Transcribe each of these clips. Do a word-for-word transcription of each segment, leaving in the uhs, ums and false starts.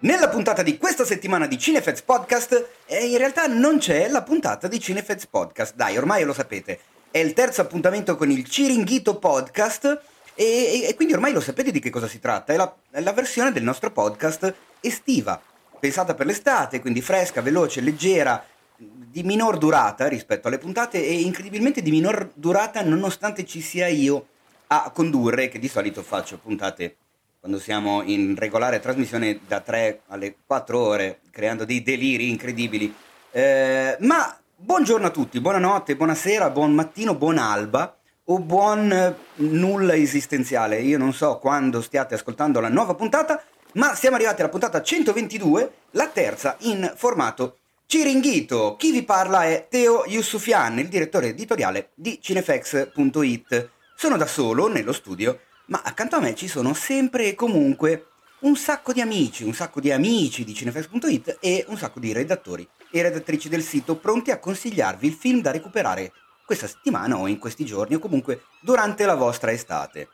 Nella puntata di questa settimana di Cinefets Podcast, eh, in realtà non c'è la puntata di Cinefets Podcast, dai, ormai lo sapete, è il terzo appuntamento con il Ciringhito Podcast e, e, e quindi ormai lo sapete di che cosa si tratta, è la, è la versione del nostro podcast estiva, pensata per l'estate, quindi fresca, veloce, leggera, di minor durata rispetto alle puntate e incredibilmente di minor durata nonostante ci sia io a condurre, che di solito faccio puntate quando siamo in regolare trasmissione da tre alle quattro ore, creando dei deliri incredibili. Eh, ma buongiorno a tutti, buonanotte, buonasera, buon mattino, buon alba o buon eh, nulla esistenziale. Io non so quando stiate ascoltando la nuova puntata, ma siamo arrivati alla puntata centoventidue, la terza in formato Ciringhito. Chi vi parla è Teo Yusufian, il direttore editoriale di Cinefx punto it. Sono da solo nello studio, ma accanto a me ci sono sempre e comunque un sacco di amici, un sacco di amici di Cinefx punto it e un sacco di redattori e redattrici del sito pronti a consigliarvi il film da recuperare questa settimana o in questi giorni o comunque durante la vostra estate.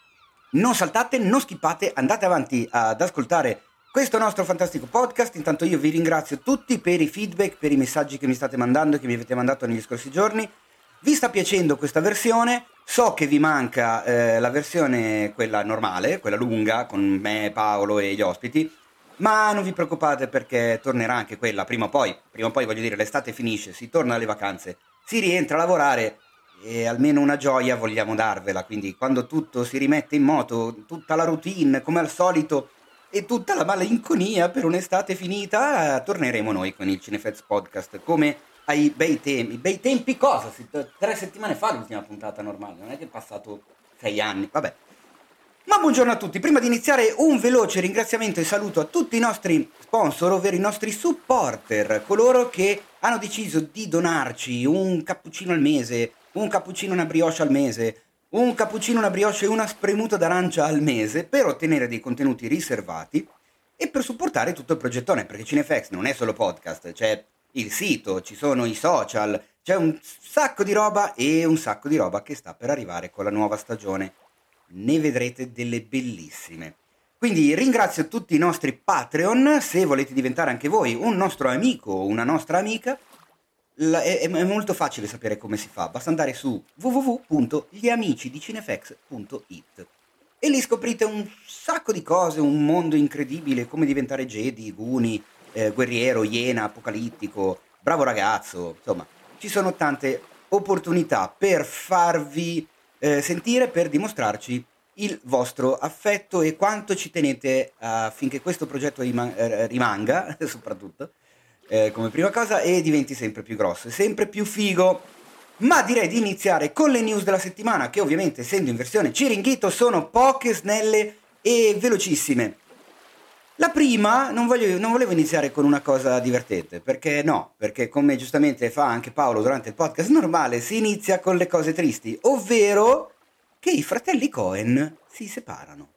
Non saltate, non skippate, andate avanti ad ascoltare questo nostro fantastico podcast. Intanto io vi ringrazio tutti per i feedback, per i messaggi che mi state mandando, che mi avete mandato negli scorsi giorni. Vi sta piacendo questa versione? So che vi manca eh, la versione, quella normale, quella lunga, con me, Paolo e gli ospiti, ma non vi preoccupate perché tornerà anche quella, prima o poi, prima o poi voglio dire, l'estate finisce, si torna alle vacanze, si rientra a lavorare e almeno una gioia vogliamo darvela, quindi quando tutto si rimette in moto, tutta la routine, come al solito, e tutta la malinconia per un'estate finita, torneremo noi con il Cinefets Podcast, come ai bei tempi. Bei tempi cosa? Tre settimane fa l'ultima puntata normale, non è che è passato sei anni, vabbè. Ma buongiorno a tutti, prima di iniziare un veloce ringraziamento e saluto a tutti i nostri sponsor, ovvero i nostri supporter, coloro che hanno deciso di donarci un cappuccino al mese, un cappuccino e una brioche al mese, un cappuccino, una brioche e una spremuta d'arancia al mese per ottenere dei contenuti riservati e per supportare tutto il progettone, perché Cinefx non è solo podcast, c'è il sito, ci sono i social, c'è un sacco di roba e un sacco di roba che sta per arrivare con la nuova stagione. Ne vedrete delle bellissime. Quindi ringrazio tutti i nostri Patreon. Se volete diventare anche voi un nostro amico o una nostra amica, la, è, è molto facile sapere come si fa. Basta andare su w w w punto gli amici di cinefx punto it e lì scoprite un sacco di cose, un mondo incredibile, come diventare Jedi, Guni, eh, guerriero, iena, apocalittico, bravo ragazzo, insomma, ci sono tante opportunità per farvi eh, sentire, per dimostrarci il vostro affetto e quanto ci tenete affinché questo progetto rima- eh, rimanga, soprattutto, eh, come prima cosa, e diventi sempre più grosso e sempre più figo. Ma direi di iniziare con le news della settimana, che ovviamente, essendo in versione Ciringhito, sono poche, snelle e velocissime. La prima, non, voglio, non volevo iniziare con una cosa divertente, perché no, perché come giustamente fa anche Paolo durante il podcast normale, si inizia con le cose tristi, ovvero che i fratelli Coen si separano.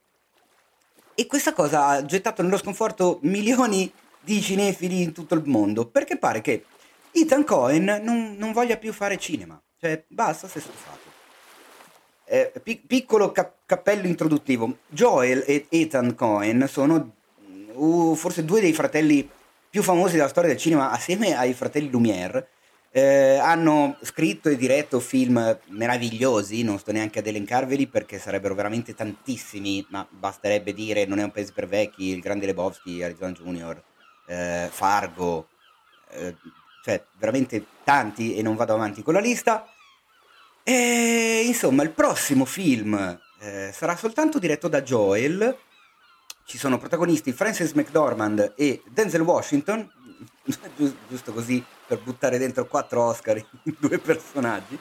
E questa cosa ha gettato nello sconforto milioni di cinefili in tutto il mondo, perché pare che Ethan Coen non, non voglia più fare cinema, cioè basta, si è stufato. Eh, pic- piccolo cap- cappello introduttivo. Joel e Ethan Coen sono uh, forse due dei fratelli più famosi della storia del cinema, assieme ai fratelli Lumière. Eh, hanno scritto e diretto film meravigliosi, non sto neanche ad elencarveli perché sarebbero veramente tantissimi, ma basterebbe dire Non è un paese per vecchi, Il grande Lebowski, Arizona Junior, eh, Fargo, eh, cioè veramente tanti e non vado avanti con la lista. E insomma, il prossimo film eh, sarà soltanto diretto da Joel. Ci sono protagonisti Frances McDormand e Denzel Washington, giusto così per buttare dentro quattro Oscar in due personaggi.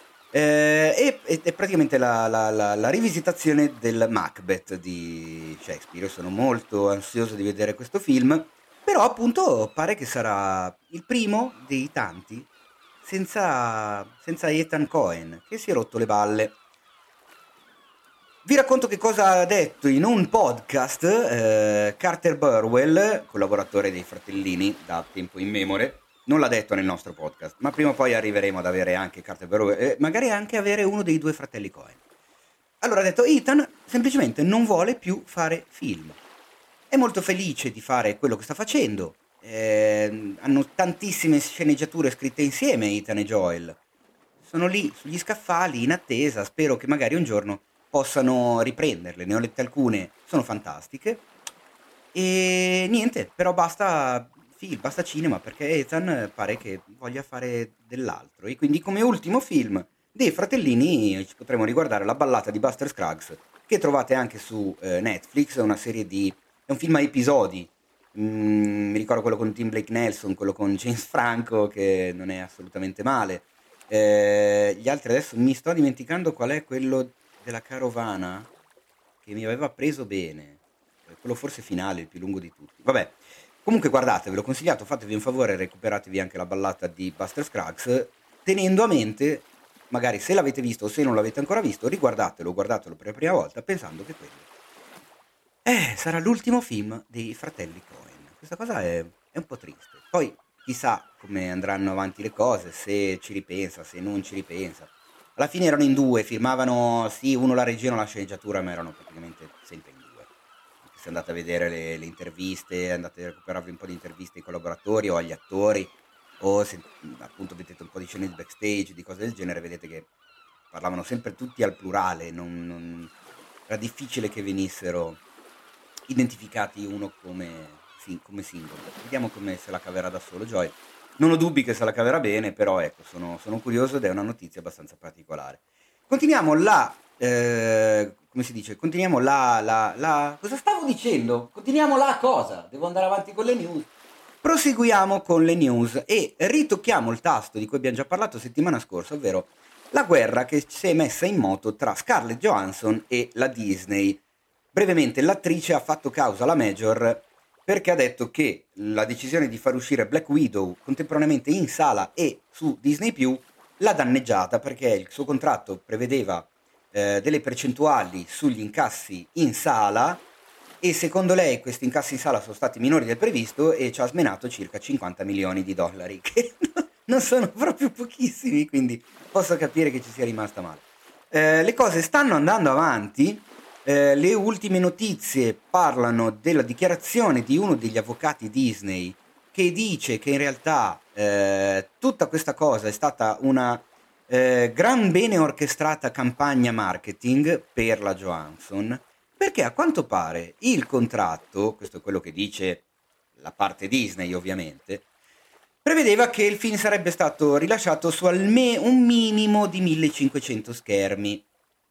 Eh, e è praticamente la, la, la, la rivisitazione del Macbeth di Shakespeare. Io sono molto ansioso di vedere questo film, però appunto pare che sarà il primo dei tanti senza, senza Ethan Coen, che si è rotto le balle. Vi racconto che cosa ha detto in un podcast eh, Carter Burwell, collaboratore dei Fratellini da tempo immemore. Non l'ha detto nel nostro podcast, ma prima o poi arriveremo ad avere anche Carter Burwell e magari anche avere uno dei due fratelli Coen. Allora ha detto: Ethan semplicemente non vuole più fare film. è molto felice di fare quello che sta facendo. Eh, hanno tantissime sceneggiature scritte insieme, Ethan e Joel. Sono lì sugli scaffali in attesa, spero che magari un giorno possano riprenderle. Ne ho lette alcune, sono fantastiche. E niente, però basta film, basta cinema, perché Ethan pare che voglia fare dell'altro. E quindi come ultimo film dei fratellini ci potremo riguardare La ballata di Buster Scruggs, che trovate anche su eh, Netflix. È una serie di... è un film a episodi. Mm, mi ricordo quello con Tim Blake Nelson, quello con James Franco, che non è assolutamente male. Eh, gli altri adesso mi sto dimenticando qual è quello della carovana, che mi aveva preso bene. Eh, quello forse finale, il più lungo di tutti. Vabbè, comunque guardatevelo, consigliato, fatevi un favore, recuperatevi anche la ballata di Buster Scruggs, tenendo a mente, magari se l'avete visto o se non l'avete ancora visto, riguardatelo, guardatelo per la prima volta, pensando che quello eh, sarà l'ultimo film dei fratelli Coen. Questa cosa è, è un po' triste. Poi chissà come andranno avanti le cose, se ci ripensa, se non ci ripensa. Alla fine erano in due, firmavano sì, uno la regia e uno la sceneggiatura, ma erano praticamente sempre in due. Anche se andate a vedere le, le interviste, andate a recuperarvi un po' di interviste ai collaboratori o agli attori, o se appunto vedete un po' di scene di backstage, di cose del genere, vedete che parlavano sempre tutti al plurale, non, non- era difficile che venissero identificati uno come, sì, come singolo. Vediamo come se la caverà da solo Joy. Non ho dubbi che se la caverà bene, però ecco, sono, sono curioso ed è una notizia abbastanza particolare. Continuiamo la... eh, come si dice? Continuiamo la, la, la... Cosa stavo dicendo? Continuiamo la cosa? Devo andare avanti con le news. Proseguiamo con le news e ritocchiamo il tasto di cui abbiamo già parlato settimana scorsa, ovvero la guerra che si è messa in moto tra Scarlett Johansson e la Disney. Brevemente, l'attrice ha fatto causa alla Major perché ha detto che la decisione di far uscire Black Widow contemporaneamente in sala e su Disney più l'ha danneggiata, perché il suo contratto prevedeva eh, delle percentuali sugli incassi in sala e secondo lei questi incassi in sala sono stati minori del previsto e ci ha smenato circa cinquanta milioni di dollari, che non sono proprio pochissimi, quindi posso capire che ci sia rimasta male. Eh, le cose stanno andando avanti. Eh, le ultime notizie parlano della dichiarazione di uno degli avvocati Disney che dice che in realtà eh, tutta questa cosa è stata una eh, gran bene orchestrata campagna marketing per la Johansson, perché a quanto pare il contratto, questo è quello che dice la parte Disney ovviamente, prevedeva che il film sarebbe stato rilasciato su almeno un minimo di millecinquecento schermi.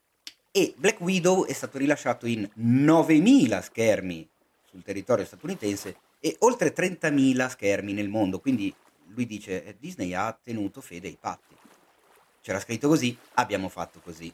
E Black Widow è stato rilasciato in novemila schermi sul territorio statunitense e oltre trentamila schermi nel mondo, quindi lui dice eh, Disney ha tenuto fede ai patti. C'era scritto così, abbiamo fatto così.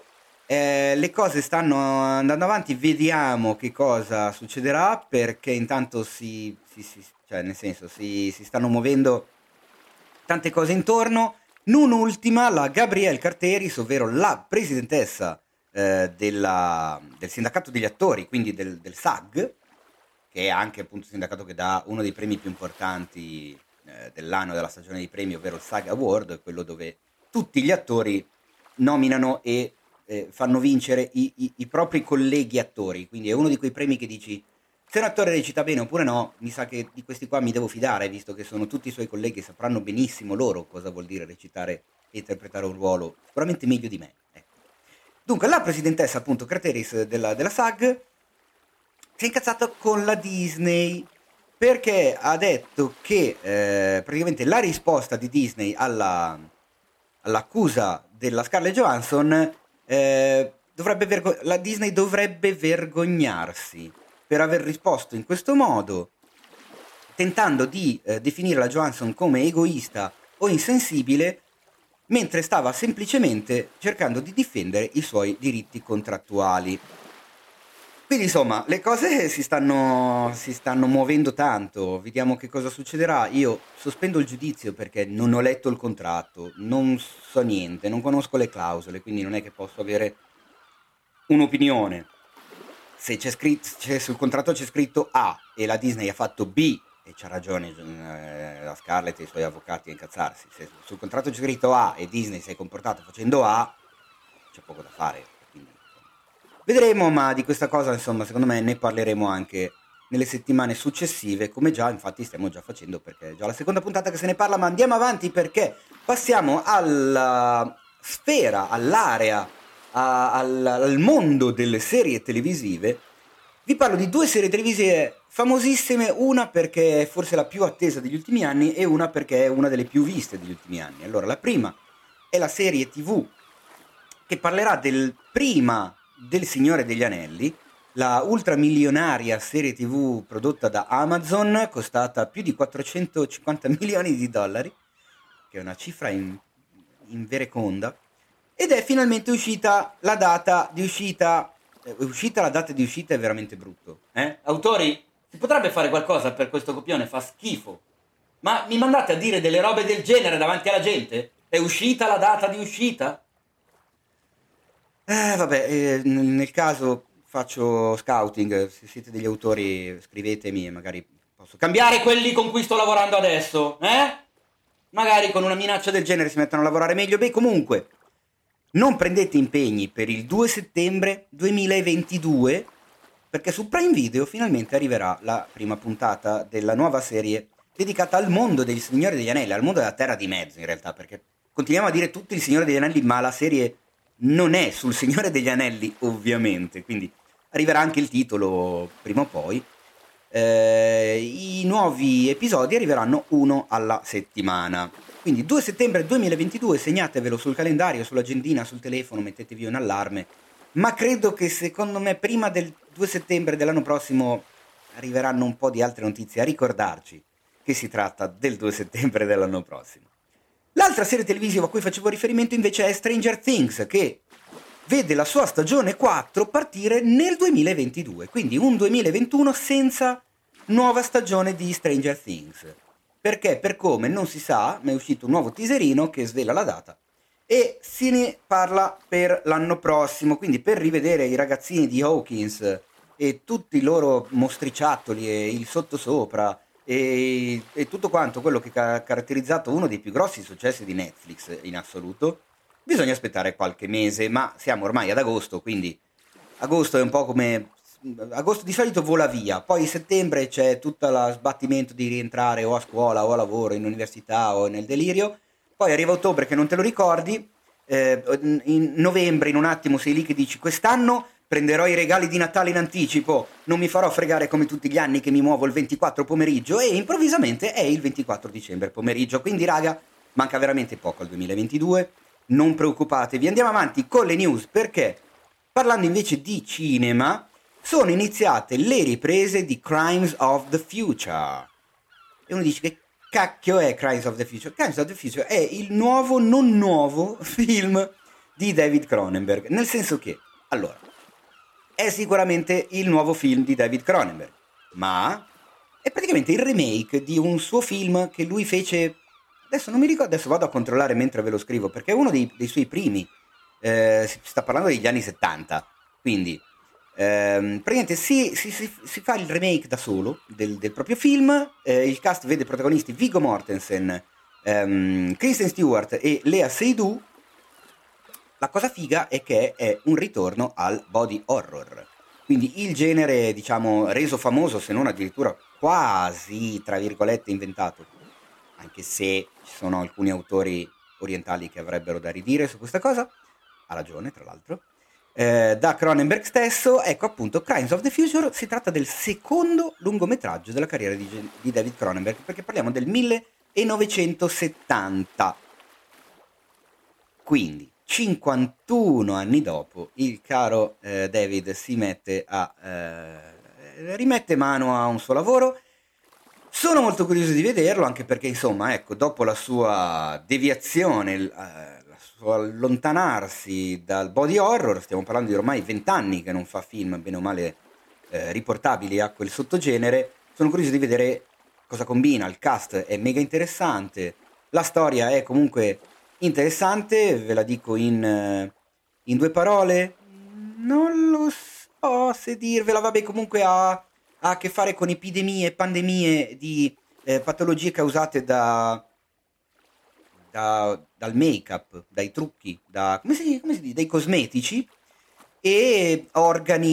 Eh, le cose stanno andando avanti, vediamo che cosa succederà, perché intanto si, si- si- cioè nel senso, si, si stanno muovendo tante cose intorno. Non ultima la Gabrielle Carteris, ovvero la presidentessa eh, della- del sindacato degli attori, quindi del, del SAG, che è anche appunto il sindacato che dà uno dei premi più importanti eh, dell'anno della stagione dei premi, ovvero il SAG Award, quello dove tutti gli attori nominano e eh, fanno vincere i, i- i propri colleghi attori, quindi è uno di quei premi che dici se un attore recita bene oppure no, mi sa che di questi qua mi devo fidare, visto che sono tutti i suoi colleghi, sapranno benissimo loro cosa vuol dire recitare e interpretare un ruolo, sicuramente meglio di me. Ecco. Dunque, la presidentessa appunto Crateris della, della SAG si è incazzata con la Disney perché ha detto che eh, praticamente la risposta di Disney alla, all'accusa della Scarlett Johansson eh, dovrebbe vergo- la Disney dovrebbe vergognarsi per aver risposto in questo modo, tentando di eh, definire la Johansson come egoista o insensibile, mentre stava semplicemente cercando di difendere i suoi diritti contrattuali. Quindi insomma, le cose si stanno, si stanno muovendo tanto, vediamo che cosa succederà. Io sospendo il giudizio perché non ho letto il contratto, non so niente, non conosco le clausole, quindi non è che posso avere un'opinione. Se c'è scritto, c'è, sul contratto c'è scritto A e la Disney ha fatto B, e c'ha ragione eh, la Scarlett e i suoi avvocati a incazzarsi, se sul contratto c'è scritto A e Disney si è comportato facendo A, c'è poco da fare. Quindi, insomma, vedremo, ma di questa cosa insomma secondo me ne parleremo anche nelle settimane successive, come già infatti stiamo già facendo, perché è già la seconda puntata che se ne parla, ma andiamo avanti perché passiamo alla sfera, all'area, a- al, al mondo delle serie televisive. Vi parlo di due serie televisive famosissime, una perché è forse la più attesa degli ultimi anni e una perché è una delle più viste degli ultimi anni. Allora, la prima è la serie tivù che parlerà del prima del Signore degli Anelli, la ultramilionaria serie tivù prodotta da Amazon, costata più di quattrocentocinquanta milioni di dollari, che è una cifra in, invereconda, ed è finalmente uscita la data di uscita. È uscita la data di uscita, è veramente brutto. Eh? Autori, si potrebbe fare qualcosa per questo copione? Fa schifo. Ma mi mandate a dire delle robe del genere davanti alla gente? È uscita la data di uscita? Eh, vabbè, eh, n- nel caso faccio scouting, se siete degli autori scrivetemi e magari posso cambiare quelli con cui sto lavorando adesso, eh? Magari con una minaccia del genere si mettono a lavorare meglio. Beh, comunque, non prendete impegni per il due settembre duemilaventidue, perché su Prime Video finalmente arriverà la prima puntata della nuova serie dedicata al mondo dei Signori degli Anelli, al mondo della Terra di Mezzo in realtà, perché continuiamo a dire tutti il Signore degli Anelli, ma la serie non è sul Signore degli Anelli ovviamente, quindi arriverà anche il titolo prima o poi. Eh, I nuovi episodi arriveranno uno alla settimana. Quindi due settembre duemilaventidue, segnatevelo sul calendario, sull'agendina, sul telefono, mettetevi un allarme. Ma credo che secondo me prima del due settembre dell'anno prossimo arriveranno un po' di altre notizie a ricordarci che si tratta del due settembre dell'anno prossimo. L'altra serie televisiva a cui facevo riferimento invece è Stranger Things, che vede la sua stagione quattro partire nel duemilaventidue, quindi un duemilaventuno senza nuova stagione di Stranger Things. Perché, per come, non si sa, ma è uscito un nuovo teaserino che svela la data e se ne parla per l'anno prossimo, quindi per rivedere i ragazzini di Hawkins e tutti i loro mostriciattoli e il sottosopra e, e tutto quanto quello che ha caratterizzato uno dei più grossi successi di Netflix in assoluto, bisogna aspettare qualche mese, ma siamo ormai ad agosto, quindi agosto è un po' come... agosto di solito vola via, poi settembre c'è tutto lo sbattimento di rientrare o a scuola o a lavoro, in università o nel delirio, poi arriva ottobre che non te lo ricordi, eh, in novembre in un attimo sei lì che dici quest'anno prenderò i regali di Natale in anticipo, non mi farò fregare come tutti gli anni che mi muovo il ventiquattro pomeriggio e improvvisamente è il ventiquattro dicembre pomeriggio, quindi raga, manca veramente poco al duemilaventidue, non preoccupatevi, andiamo avanti con le news perché parlando invece di cinema sono iniziate le riprese di Crimes of the Future. E uno dice che cacchio è Crimes of the Future? Crimes of the Future è il nuovo non nuovo film di David Cronenberg, nel senso che, allora, è sicuramente il nuovo film di David Cronenberg, ma è praticamente il remake di un suo film che lui fece, adesso non mi ricordo, adesso vado a controllare mentre ve lo scrivo, perché è uno dei, dei suoi primi, eh, si sta parlando degli anni settanta, quindi ehm, praticamente si, si, si, si fa il remake da solo del, del proprio film, eh, il cast vede protagonisti Viggo Mortensen, ehm, Kristen Stewart e Lea Seydoux. La cosa figa è che è un ritorno al body horror, quindi il genere, diciamo, reso famoso, se non addirittura quasi, tra virgolette, inventato, anche se ci sono alcuni autori orientali che avrebbero da ridire su questa cosa, ha ragione, tra l'altro, eh, da Cronenberg stesso, ecco appunto Crimes of the Future, si tratta del secondo lungometraggio della carriera di, di David Cronenberg, perché parliamo del millenovecentosettanta. Quindi, cinquantuno anni dopo, il caro eh, David si mette a... Eh, rimette mano a un suo lavoro. Sono molto curioso di vederlo, anche perché, insomma, ecco, dopo la sua deviazione, il eh, la suo allontanarsi dal body horror, stiamo parlando di ormai vent'anni che non fa film, bene o male, eh, riportabili a quel sottogenere, sono curioso di vedere cosa combina. Il cast è mega interessante, la storia è comunque interessante, ve la dico in, eh, in due parole. Non lo so se dirvela, vabbè, comunque ha, ha a che fare con epidemie, pandemie di eh, patologie causate da, da- dal make-up, dai trucchi, da, come si, come si dice, dai cosmetici e organi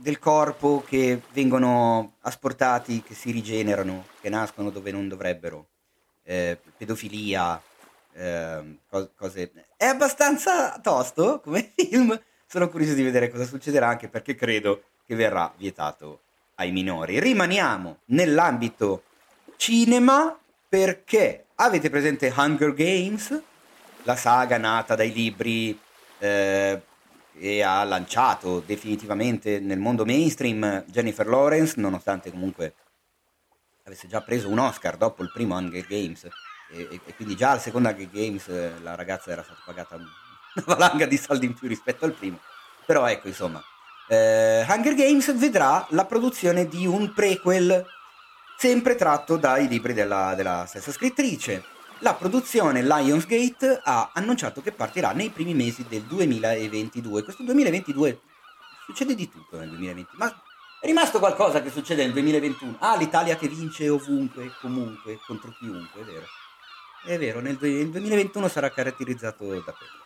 del corpo che vengono asportati, che si rigenerano, che nascono dove non dovrebbero, eh, pedofilia, eh, co- cose... È abbastanza tosto come film, sono curioso di vedere cosa succederà, anche perché credo che verrà vietato ai minori. Rimaniamo nell'ambito cinema, perché avete presente Hunger Games, la saga nata dai libri eh, e ha lanciato definitivamente nel mondo mainstream Jennifer Lawrence, nonostante comunque avesse già preso un Oscar dopo il primo Hunger Games, e, e- e quindi già al secondo Hunger Games eh, la ragazza era stata pagata una valanga di soldi in più rispetto al primo. Però ecco, insomma, eh, Hunger Games vedrà la produzione di un prequel sempre tratto dai libri della, della stessa scrittrice. La produzione Lionsgate ha annunciato che partirà nei primi mesi del duemilaventidue. Questo duemilaventidue succede di tutto nel duemilaventi, ma è rimasto qualcosa che succede nel duemilaventuno? Ah, l'Italia che vince ovunque, comunque, contro chiunque, è vero. È vero, nel du- il duemilaventuno sarà caratterizzato da quello.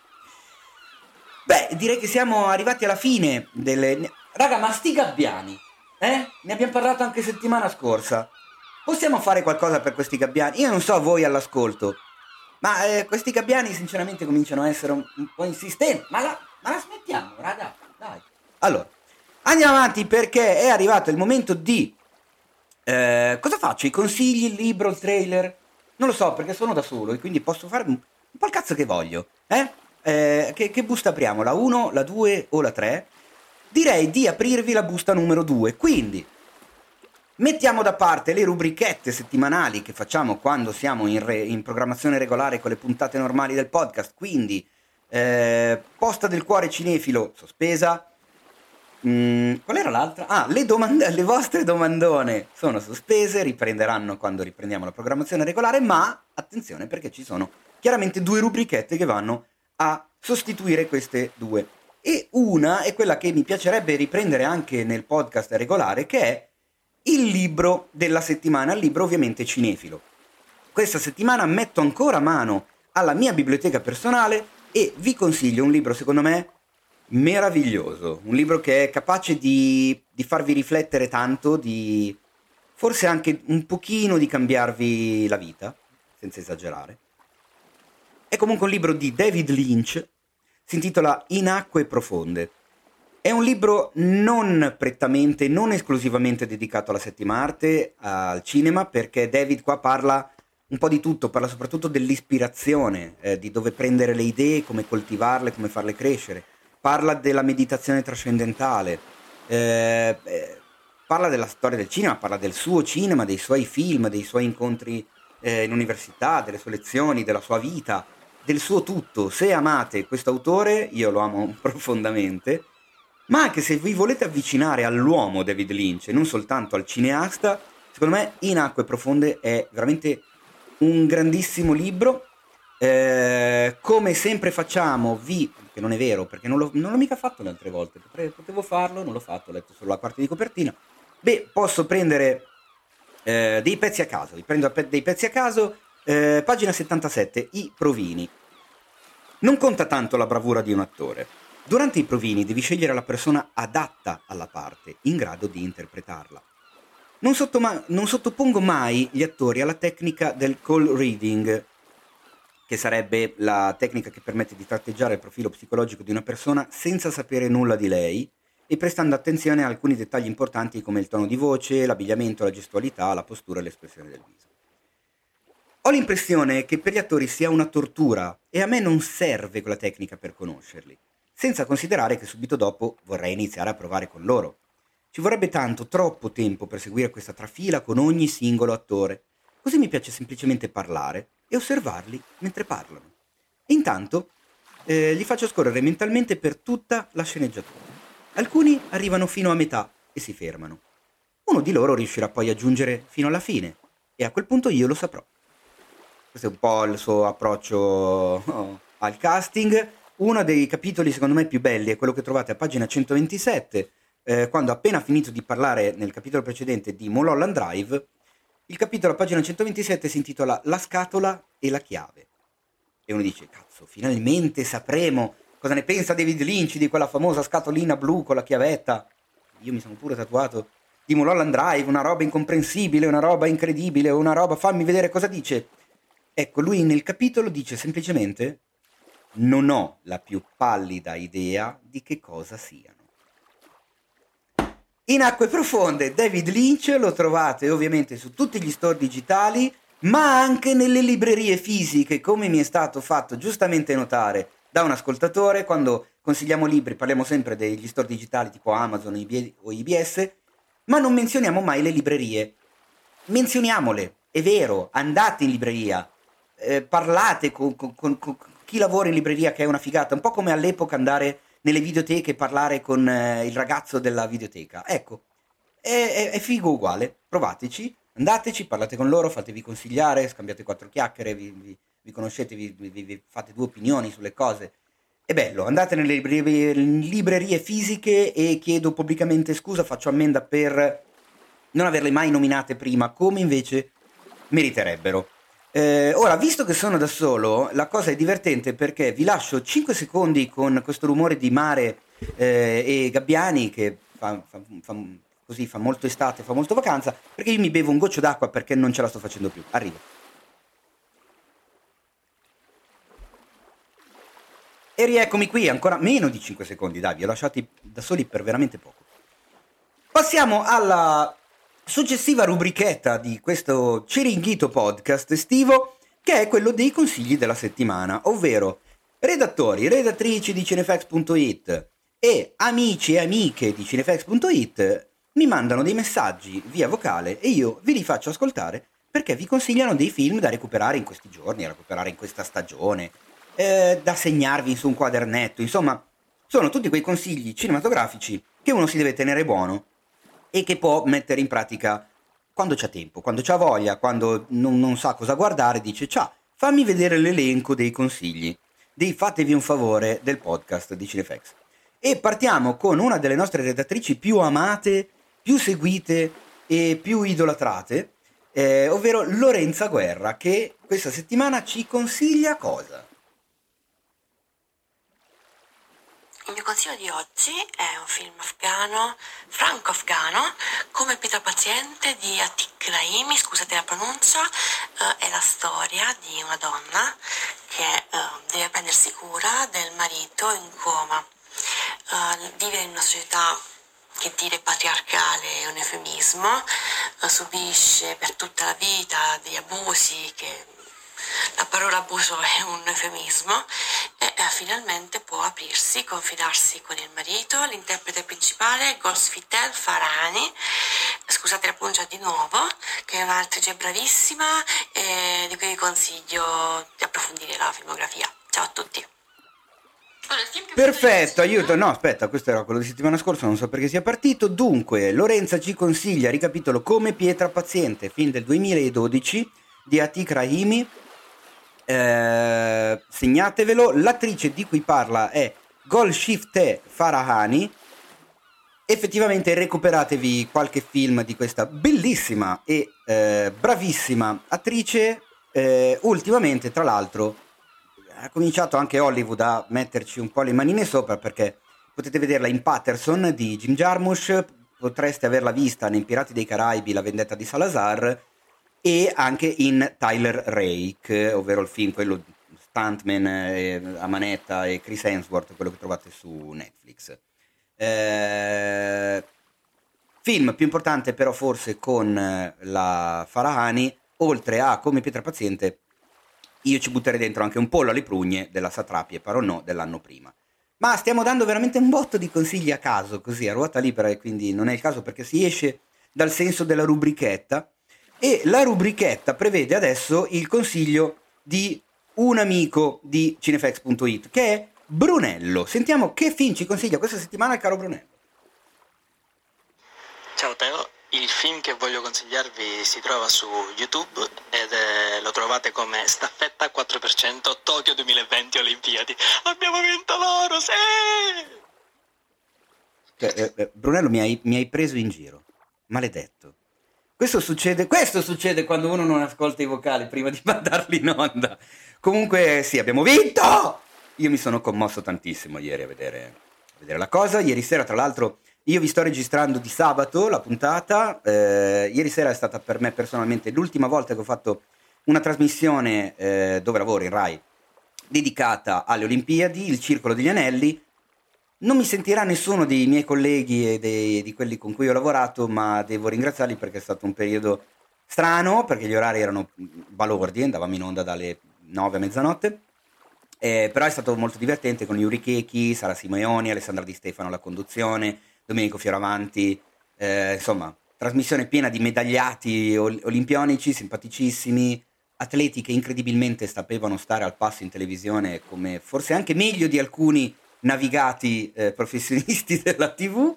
Beh, direi che siamo arrivati alla fine delle... ne- Raga, ma sti gabbiani, eh? Ne abbiamo parlato anche settimana scorsa. Possiamo fare qualcosa per questi gabbiani? Io non so voi all'ascolto, ma eh, questi gabbiani sinceramente cominciano a essere un, un po' insistenti. Ma la, ma la smettiamo, raga, dai. Allora, andiamo avanti perché è arrivato il momento di... eh, cosa faccio? I consigli, il libro, il trailer? Non lo so, perché sono da solo e quindi posso fare un, un po' il cazzo che voglio. Eh? Eh, che, che busta apriamo? La uno, la due o la tre? Direi di aprirvi la busta numero due. Quindi, mettiamo da parte le rubrichette settimanali che facciamo quando siamo in, re- in programmazione regolare con le puntate normali del podcast. Quindi, eh, posta del cuore cinefilo sospesa. Mm, qual era l'altra? Ah, le, domand- le vostre domandone sono sospese, riprenderanno quando riprendiamo la programmazione regolare, ma attenzione perché ci sono chiaramente due rubrichette che vanno a sostituire queste due. E una è quella che mi piacerebbe riprendere anche nel podcast regolare, che è il libro della settimana, il libro ovviamente cinefilo. Questa settimana metto ancora mano alla mia biblioteca personale e vi consiglio un libro secondo me meraviglioso, un libro che è capace di, di farvi riflettere tanto, di forse anche un pochino di cambiarvi la vita, senza esagerare. È comunque un libro di David Lynch, si intitola In acque profonde. È un libro non prettamente, non esclusivamente dedicato alla settima arte, al cinema, perché David qua parla un po' di tutto, parla soprattutto dell'ispirazione, eh, di dove prendere le idee, come coltivarle, come farle crescere. Parla della meditazione trascendentale, eh, eh, parla della storia del cinema, parla del suo cinema, dei suoi film, dei suoi incontri eh, in università, delle sue lezioni, della sua vita, del suo tutto. Se amate questo autore, io lo amo profondamente, ma anche se vi volete avvicinare all'uomo David Lynch e non soltanto al cineasta, secondo me In acque profonde è veramente un grandissimo libro. Eh, come sempre facciamo, vi, che non è vero perché non l'ho, non l'ho mica fatto le altre volte, Potrei- potevo farlo, non l'ho fatto, ho letto solo la parte di copertina. Beh, posso prendere eh, dei pezzi a caso, vi prendo a pe- dei pezzi a caso, eh, pagina settantasette, i provini. Non conta tanto la bravura di un attore. Durante i provini devi scegliere la persona adatta alla parte, in grado di interpretarla. Non, sottoma- non sottopongo mai gli attori alla tecnica del call reading, che sarebbe la tecnica che permette di tratteggiare il profilo psicologico di una persona senza sapere nulla di lei e prestando attenzione a alcuni dettagli importanti come il tono di voce, l'abbigliamento, la gestualità, la postura e l'espressione del viso. Ho l'impressione che per gli attori sia una tortura e a me non serve quella tecnica per conoscerli, senza considerare che subito dopo vorrei iniziare a provare con loro. Ci vorrebbe tanto, troppo tempo per seguire questa trafila con ogni singolo attore, così mi piace semplicemente parlare e osservarli mentre parlano. E intanto eh, li faccio scorrere mentalmente per tutta la sceneggiatura. Alcuni arrivano fino a metà e si fermano. Uno di loro riuscirà poi a giungere fino alla fine e a quel punto io lo saprò. Questo è un po' il suo approccio oh, al casting. Uno dei capitoli secondo me più belli è quello che trovate a pagina centoventisette, eh, quando appena finito di parlare nel capitolo precedente di Mulholland Drive, il capitolo a pagina centoventisette si intitola La scatola e la chiave. E uno dice, cazzo, finalmente sapremo cosa ne pensa David Lynch di quella famosa scatolina blu con la chiavetta. io mi sono pure tatuato di Mulholland Drive, una roba incomprensibile, una roba incredibile, una roba, fammi vedere cosa dice. Ecco, lui nel capitolo dice semplicemente: non ho la più pallida idea di che cosa siano. In Acque Profonde, David Lynch lo trovate ovviamente su tutti gli store digitali, ma anche nelle librerie fisiche, come mi è stato fatto giustamente notare da un ascoltatore. Quando consigliamo libri parliamo sempre degli store digitali tipo Amazon o I B S, ma non menzioniamo mai le librerie. Menzioniamole, è vero, andate in libreria, eh, parlate con, con, con, con chi lavora in libreria, che è una figata, un po' come all'epoca andare nelle videoteche e parlare con eh, il ragazzo della videoteca. Ecco, è, è, è figo uguale, provateci, andateci, parlate con loro, fatevi consigliare, scambiate quattro chiacchiere, vi, vi, vi conoscete, vi, vi, vi fate due opinioni sulle cose. È bello, andate nelle librerie, librerie fisiche e chiedo pubblicamente scusa, faccio ammenda per non averle mai nominate prima, come invece meriterebbero. Eh, ora, visto che sono da solo, la cosa è divertente perché vi lascio cinque secondi con questo rumore di mare eh, e gabbiani che fa, fa, fa, così fa molto estate, fa molto vacanza, perché io mi bevo un goccio d'acqua perché non ce la sto facendo più. Arrivo. E rieccomi qui, ancora meno di cinque secondi, dai, vi ho lasciati da soli per veramente poco. Passiamo alla successiva rubrichetta di questo Ciringhito podcast estivo, che è quello dei consigli della settimana, ovvero redattori, redattrici di Cinefax punto it e amici e amiche di Cinefax punto it mi mandano dei messaggi via vocale e io vi li faccio ascoltare perché vi consigliano dei film da recuperare in questi giorni, da recuperare in questa stagione, eh, da segnarvi su un quadernetto. Insomma, sono tutti quei consigli cinematografici che uno si deve tenere buono e che può mettere in pratica quando c'ha tempo, quando c'ha voglia, quando non, non sa cosa guardare, dice: ciao, fammi vedere l'elenco dei consigli, dei fatevi un favore del podcast di Cinefax. E partiamo con una delle nostre redattrici più amate, più seguite e più idolatrate, eh, ovvero Lorenza Guerra, che questa settimana ci consiglia cosa? Il mio consiglio di oggi è un film afghano, franco-afghano, Come Pietra Paziente di Atik Rahimi, scusate la pronuncia. Uh, è la storia di una donna che uh, deve prendersi cura del marito in coma. Uh, vive in una società che dire patriarcale è un eufemismo, uh, subisce per tutta la vita degli abusi, che la parola abuso è un eufemismo, e eh, finalmente può aprirsi, confidarsi con il marito. L'interprete principale è Golsfitel Farahani, scusate la pronuncia di nuovo, che è un'attrice bravissima e di cui vi consiglio di approfondire la filmografia. Ciao a tutti. Perfetto, aiuto, no aspetta, questo era quello di settimana scorsa, non so perché sia partito. Dunque, Lorenza ci consiglia, ricapitolo, Come Pietra Paziente, film del duemiladodici di Atik Rahimi. Eh, segnatevelo. L'attrice di cui parla è Golshifteh Farahani. Effettivamente recuperatevi qualche film di questa bellissima e eh, bravissima attrice. Eh, ultimamente, tra l'altro, ha cominciato anche Hollywood a metterci un po' le manine sopra, perché potete vederla in Patterson di Jim Jarmusch, potreste averla vista nei Pirati dei Caraibi, La vendetta di Salazar, e anche in Tyler Rake, ovvero il film, quello Stuntman eh, a manetta e Chris Hemsworth, quello che trovate su Netflix. Eh, film più importante però forse con la Farahani, oltre a Come Pietra Paziente, io ci butterei dentro anche un pollo alle prugne della Satrapi e Paronò dell'anno prima. Ma stiamo dando veramente un botto di consigli a caso, così a ruota libera, e quindi non è il caso perché si esce dal senso della rubrichetta. E la rubrichetta prevede adesso il consiglio di un amico di Cinefax punto it, che è Brunello. Sentiamo che film ci consiglia questa settimana il caro Brunello. Ciao Teo, il film che voglio consigliarvi si trova su YouTube ed è, lo trovate come Staffetta quattro per cento Tokyo duemilaventi Olimpiadi. Abbiamo vinto l'oro, sì! Cioè, eh, eh, Brunello, mi hai, mi hai preso in giro, maledetto. Questo succede, questo succede quando uno non ascolta i vocali prima di mandarli in onda. Comunque sì, abbiamo vinto! Io mi sono commosso tantissimo ieri a vedere, a vedere la cosa. Ieri sera, tra l'altro, io vi sto registrando di sabato la puntata, eh, ieri sera è stata per me personalmente l'ultima volta che ho fatto una trasmissione eh, dove lavoro in Rai dedicata alle Olimpiadi, il Circolo degli Anelli. Non mi sentirà nessuno dei miei colleghi e dei, di quelli con cui ho lavorato, ma devo ringraziarli perché è stato un periodo strano, perché gli orari erano balordi, andavamo in onda dalle nove a mezzanotte, eh, però è stato molto divertente con Yuri Chechi, Sara Simeoni, Alessandra Di Stefano alla conduzione, Domenico Fioravanti, eh, insomma, trasmissione piena di medagliati ol- olimpionici, simpaticissimi, atleti che incredibilmente sapevano stare al passo in televisione, come forse anche meglio di alcuni navigati eh, professionisti della tivù,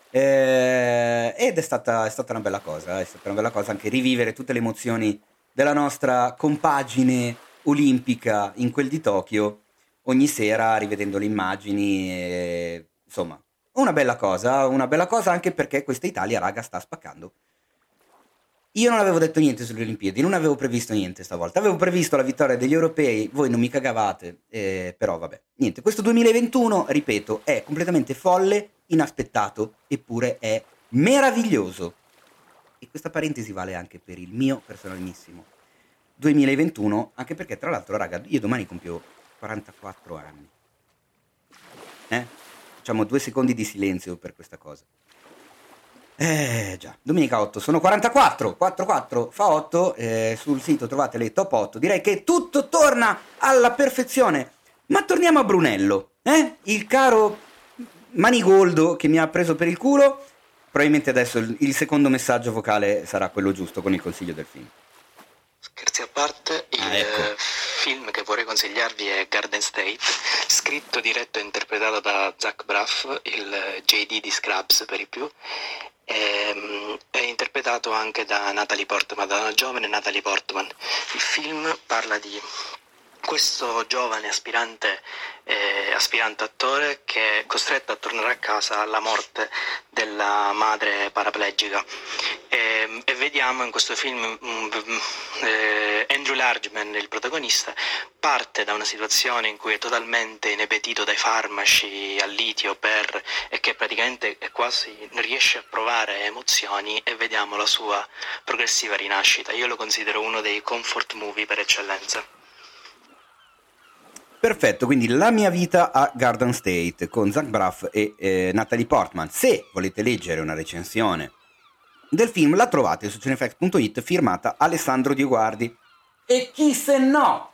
eh, ed è stata, è stata una bella cosa, è stata una bella cosa anche rivivere tutte le emozioni della nostra compagine olimpica in quel di Tokyo ogni sera, rivedendo le immagini, e, insomma, una bella cosa, una bella cosa anche perché questa Italia, raga, sta spaccando. Io non avevo detto niente sulle Olimpiadi, non avevo previsto niente stavolta, avevo previsto la vittoria degli europei, voi non mi cagavate, eh, però vabbè, niente, questo duemilaventuno, ripeto, è completamente folle, inaspettato, eppure è meraviglioso. E questa parentesi vale anche per il mio personalissimo duemilaventuno, anche perché tra l'altro, raga, io domani compio quarantaquattro anni. Eh? Facciamo due secondi di silenzio per questa cosa. Eh già, domenica otto, sono quarantaquattro, quattro quattro fa otto, eh, sul sito trovate le top otto, direi che tutto torna alla perfezione, ma torniamo a Brunello, eh? Il caro Manigoldo che mi ha preso per il culo, probabilmente adesso il, il secondo messaggio vocale sarà quello giusto con il consiglio del film. Scherzi a parte, il Ah, ecco. film che vorrei consigliarvi è Garden State, scritto, diretto e interpretato da Zach Braff, il J D di Scrubs per i più. Ehm, È interpretato anche da Natalie Portman, da una giovane Natalie Portman. Il film parla di questo giovane aspirante, eh, aspirante attore che è costretto a tornare a casa alla morte della madre paraplegica. E, e vediamo in questo film um, eh, Andrew Largeman, il protagonista, parte da una situazione in cui è totalmente inebetito dai farmaci al litio per, e che praticamente è quasi non riesce a provare emozioni, e vediamo la sua progressiva rinascita. Io lo considero uno dei comfort movie per eccellenza. Perfetto, quindi La mia vita a Garden State con Zach Braff e eh, Natalie Portman. Se volete leggere una recensione del film la trovate su cinefax punto it firmata Alessandro Dioguardi. E chi se no?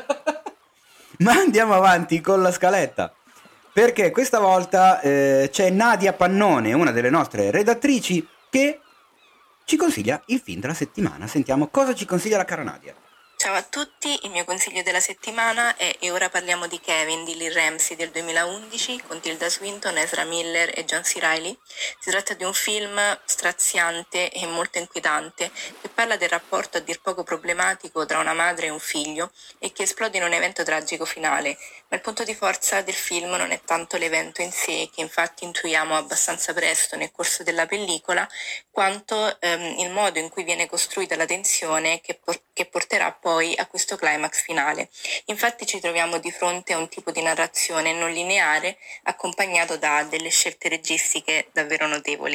Ma andiamo avanti con la scaletta, perché questa volta eh, c'è Nadia Pannone, una delle nostre redattrici, che ci consiglia il film della settimana. Sentiamo cosa ci consiglia la cara Nadia. Ciao a tutti, il mio consiglio della settimana è E ora parliamo di Kevin di Lee Ramsey del duemilaundici con Tilda Swinton, Ezra Miller e John C. Reilly. Si tratta di un film straziante e molto inquietante che parla del rapporto a dir poco problematico tra una madre e un figlio e che esplode in un evento tragico finale, ma il punto di forza del film non è tanto l'evento in sé, che infatti intuiamo abbastanza presto nel corso della pellicola, quanto ehm, il modo in cui viene costruita la tensione che, por- che porterà poi a questo climax finale. Infatti ci troviamo di fronte a un tipo di narrazione non lineare accompagnato da delle scelte registiche davvero notevoli.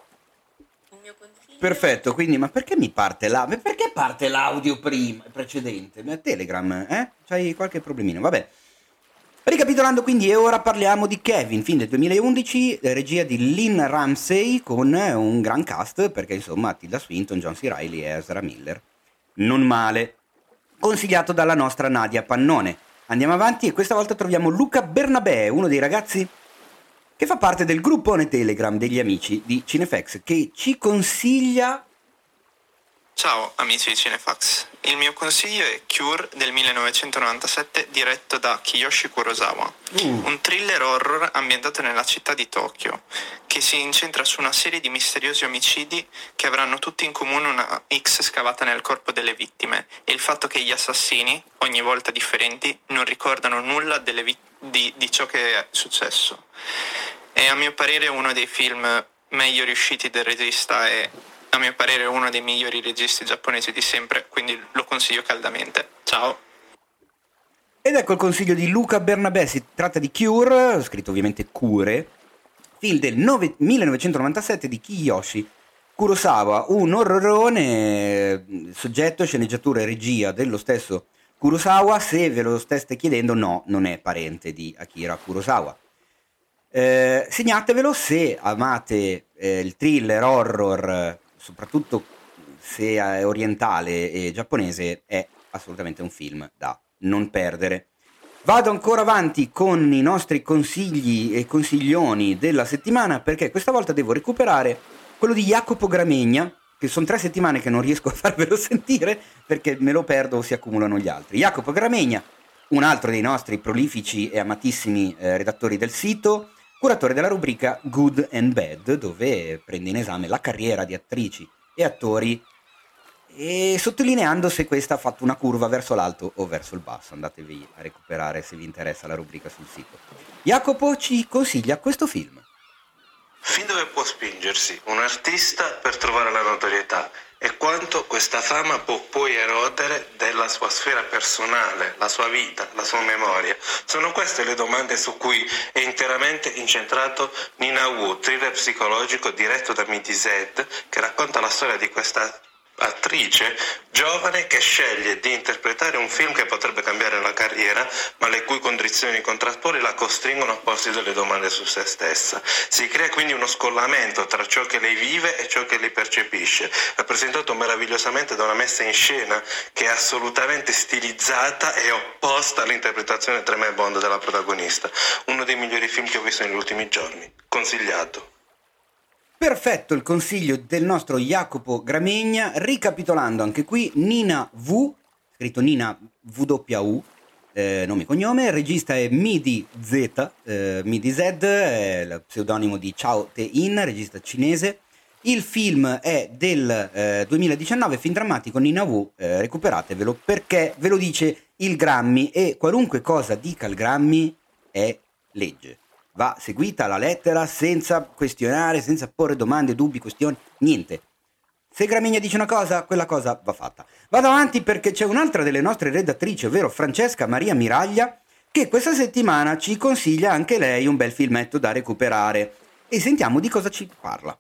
Il mio consiglio... Perfetto, quindi ma perché mi parte la... perché parte l'audio prima, precedente? Ma Telegram, eh? C'hai qualche problemino, vabbè. Ricapitolando quindi, e ora parliamo di Kevin, film del duemilaundici, eh, regia di Lynn Ramsey, con eh, un gran cast, perché insomma Tilda Swinton, John C. Reilly e Ezra Miller. Non male. Consigliato dalla nostra Nadia Pannone. Andiamo avanti e questa volta troviamo Luca Bernabé, uno dei ragazzi che fa parte del gruppone Telegram degli amici di Cinefax, che ci consiglia... Ciao amici di Cinefax, il mio consiglio è Cure del millenovecentonovantasette diretto da Kiyoshi Kurosawa, Uh. un thriller horror ambientato nella città di Tokyo che si incentra su una serie di misteriosi omicidi che avranno tutti in comune una X scavata nel corpo delle vittime e il fatto che gli assassini, ogni volta differenti, non ricordano nulla delle vi- di, di ciò che è successo. È a mio parere uno dei film meglio riusciti del regista e a mio parere uno dei migliori registi giapponesi di sempre, quindi lo consiglio caldamente. Ciao! Ed ecco il consiglio di Luca Bernabé, si tratta di Cure, scritto ovviamente Cure, film del nove- millenovecentonovantasette di Kiyoshi Kurosawa, un orrorone, soggetto, sceneggiatura e regia dello stesso Kurosawa. Se ve lo steste chiedendo, no, non è parente di Akira Kurosawa. Eh, segnatevelo se amate eh, il thriller horror, soprattutto se è orientale e giapponese, è assolutamente un film da non perdere. Vado ancora avanti con i nostri consigli e consiglioni della settimana, perché questa volta devo recuperare quello di Jacopo Gramegna, che sono tre settimane che non riesco a farvelo sentire perché me lo perdo o si accumulano gli altri. Jacopo Gramegna, un altro dei nostri prolifici e amatissimi eh, redattori del sito, curatore della rubrica Good and Bad, dove prende in esame la carriera di attrici e attori, e sottolineando se questa ha fatto una curva verso l'alto o verso il basso. Andatevi a recuperare se vi interessa la rubrica sul sito. Jacopo ci consiglia questo film. Fin dove può spingersi un artista per trovare la notorietà e quanto questa fama può poi erodere della sua sfera personale, la sua vita, la sua memoria. Sono queste le domande su cui è interamente incentrato Nina Wu, thriller psicologico diretto da Midi Z, che racconta la storia di questa attrice giovane che sceglie di interpretare un film che potrebbe cambiare la carriera, ma le cui condizioni contrattuali la costringono a porsi delle domande su se stessa. Si crea quindi uno scollamento tra ciò che lei vive e ciò che lei percepisce, rappresentato meravigliosamente da una messa in scena che è assolutamente stilizzata e opposta all'interpretazione tremebonda della protagonista. Uno dei migliori film che ho visto negli ultimi giorni. Consigliato. Perfetto il consiglio del nostro Jacopo Gramegna. Ricapitolando anche qui, Nina Wu, scritto Nina W U, eh, nome e cognome, il regista è Midi Z, eh, Midi Z è il pseudonimo di Chao Te-in, regista cinese. Il film è del eh, duemiladiciannove, film drammatico. Nina Wu, eh, recuperatevelo perché ve lo dice il Grammy, e qualunque cosa dica il Grammy è legge. Va seguita la lettera senza questionare, senza porre domande, dubbi, questioni, niente. Se Gramegna dice una cosa, quella cosa va fatta. Vado avanti perché c'è un'altra delle nostre redattrici, ovvero Francesca Maria Miraglia, che questa settimana ci consiglia anche lei un bel filmetto da recuperare. E sentiamo di cosa ci parla.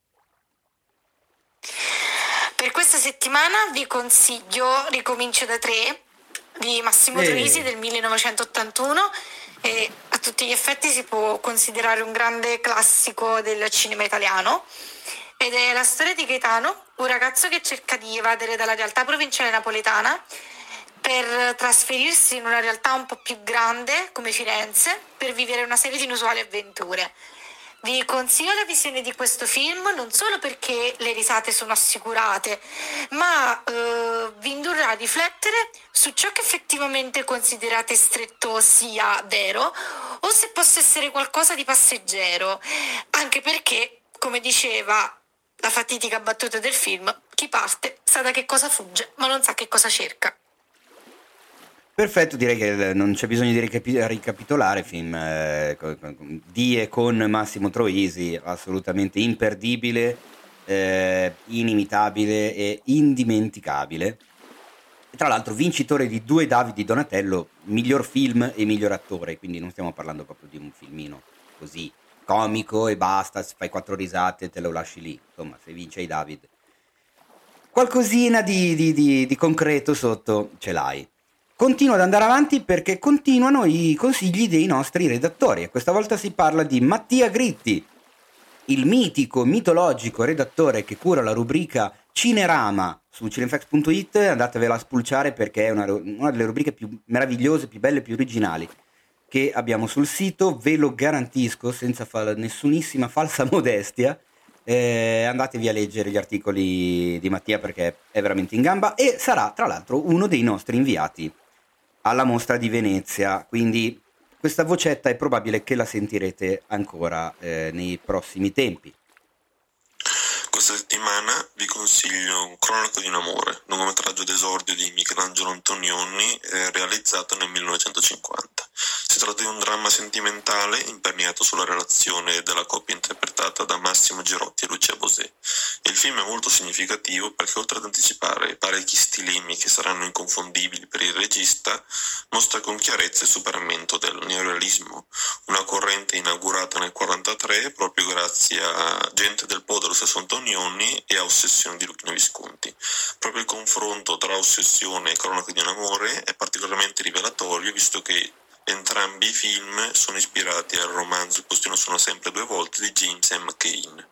Per questa settimana vi consiglio Ricomincio da tre di Massimo Eh. Troisi del millenovecentottantuno, e a tutti gli effetti si può considerare un grande classico del cinema italiano, ed è la storia di Gaetano, un ragazzo che cerca di evadere dalla realtà provinciale napoletana per trasferirsi in una realtà un po' più grande come Firenze, per vivere una serie di inusuali avventure. Vi consiglio la visione di questo film non solo perché le risate sono assicurate, ma eh, vi indurrà a riflettere su ciò che effettivamente considerate stretto sia vero o se possa essere qualcosa di passeggero, anche perché, come diceva la fatidica battuta del film, chi parte sa da che cosa fugge, ma non sa che cosa cerca. Perfetto, direi che non c'è bisogno di ricapi- ricapitolare. Film eh, di e con Massimo Troisi, assolutamente imperdibile, eh, inimitabile e indimenticabile. E tra l'altro vincitore di due Davide Donatello, miglior film e miglior attore, quindi non stiamo parlando proprio di un filmino così comico e basta, fai quattro risate e te lo lasci lì. Insomma, se vince i David, qualcosina di, di, di, di concreto sotto ce l'hai. Continuo ad andare avanti perché continuano i consigli dei nostri redattori, e questa volta si parla di Mattia Gritti, il mitico, mitologico redattore che cura la rubrica Cinerama su cinefx punto it. Andatevela a spulciare perché è una, una delle rubriche più meravigliose, più belle, più originali che abbiamo sul sito, ve lo garantisco senza fa- nessunissima falsa modestia. Eh, andatevi a leggere gli articoli di Mattia perché è veramente in gamba, e sarà tra l'altro uno dei nostri inviati alla mostra di Venezia, quindi questa vocetta è probabile che la sentirete ancora eh, nei prossimi tempi. Questa settimana vi consiglio Un cronaca di un amore, lungometraggio d'esordio di Michelangelo Antonioni, eh, realizzato nel millenovecentocinquanta. Si tratta di un dramma sentimentale imperniato sulla relazione della coppia interpretata da Massimo Girotti e Lucia Bosé. Il film è molto significativo perché, oltre ad anticipare parecchi stilemi che saranno inconfondibili per il regista, mostra con chiarezza il superamento del neorealismo, una corrente stata inaugurata nel quarantatré proprio grazie a Gente del Po dello stesso Antonioni e a Ossessione di Luchino Visconti. Proprio il confronto tra Ossessione e Cronache di un amore è particolarmente rivelatorio, visto che entrambi i film sono ispirati al romanzo Il postino suona sempre due volte di James M. Cain.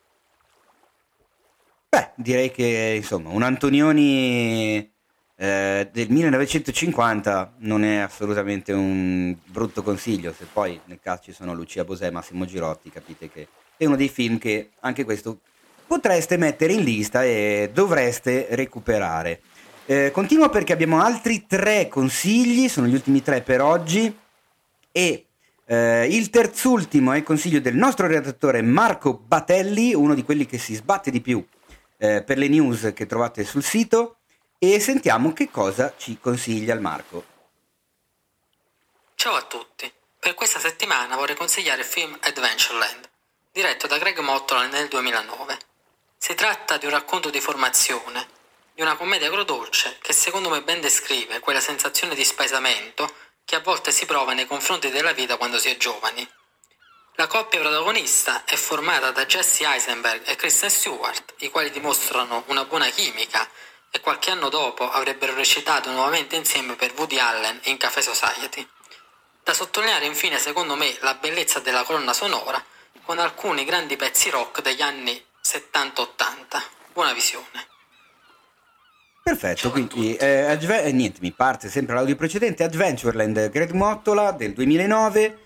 Beh, direi che insomma un Antonioni eh, del millenovecentocinquanta non è assolutamente un brutto consiglio. Se poi nel caso ci sono Lucia Bosè e Massimo Girotti, capite che è uno dei film che anche questo potreste mettere in lista e dovreste recuperare. Eh, continuo perché abbiamo altri tre consigli, sono gli ultimi tre per oggi, e eh, il terzultimo è il consiglio del nostro redattore Marco Batelli, uno di quelli che si sbatte di più eh, per le news che trovate sul sito, e sentiamo che cosa ci consiglia il Marco. Ciao a tutti, per questa settimana vorrei consigliare il film Adventureland, diretto da Greg Mottola nel duemilanove. Si tratta di un racconto di formazione, di una commedia agrodolce che secondo me ben descrive quella sensazione di spaesamento che a volte si prova nei confronti della vita quando si è giovani. La coppia protagonista è formata da Jesse Eisenberg e Kristen Stewart, i quali dimostrano una buona chimica e qualche anno dopo avrebbero recitato nuovamente insieme per Woody Allen in Café Society. Da sottolineare infine secondo me la bellezza della colonna sonora con alcuni grandi pezzi rock degli anni settanta ottanta. Buona visione. Perfetto, quindi eh, adve- eh, niente, mi parte sempre l'audio precedente. Adventureland, Greg Mottola del duemilanove,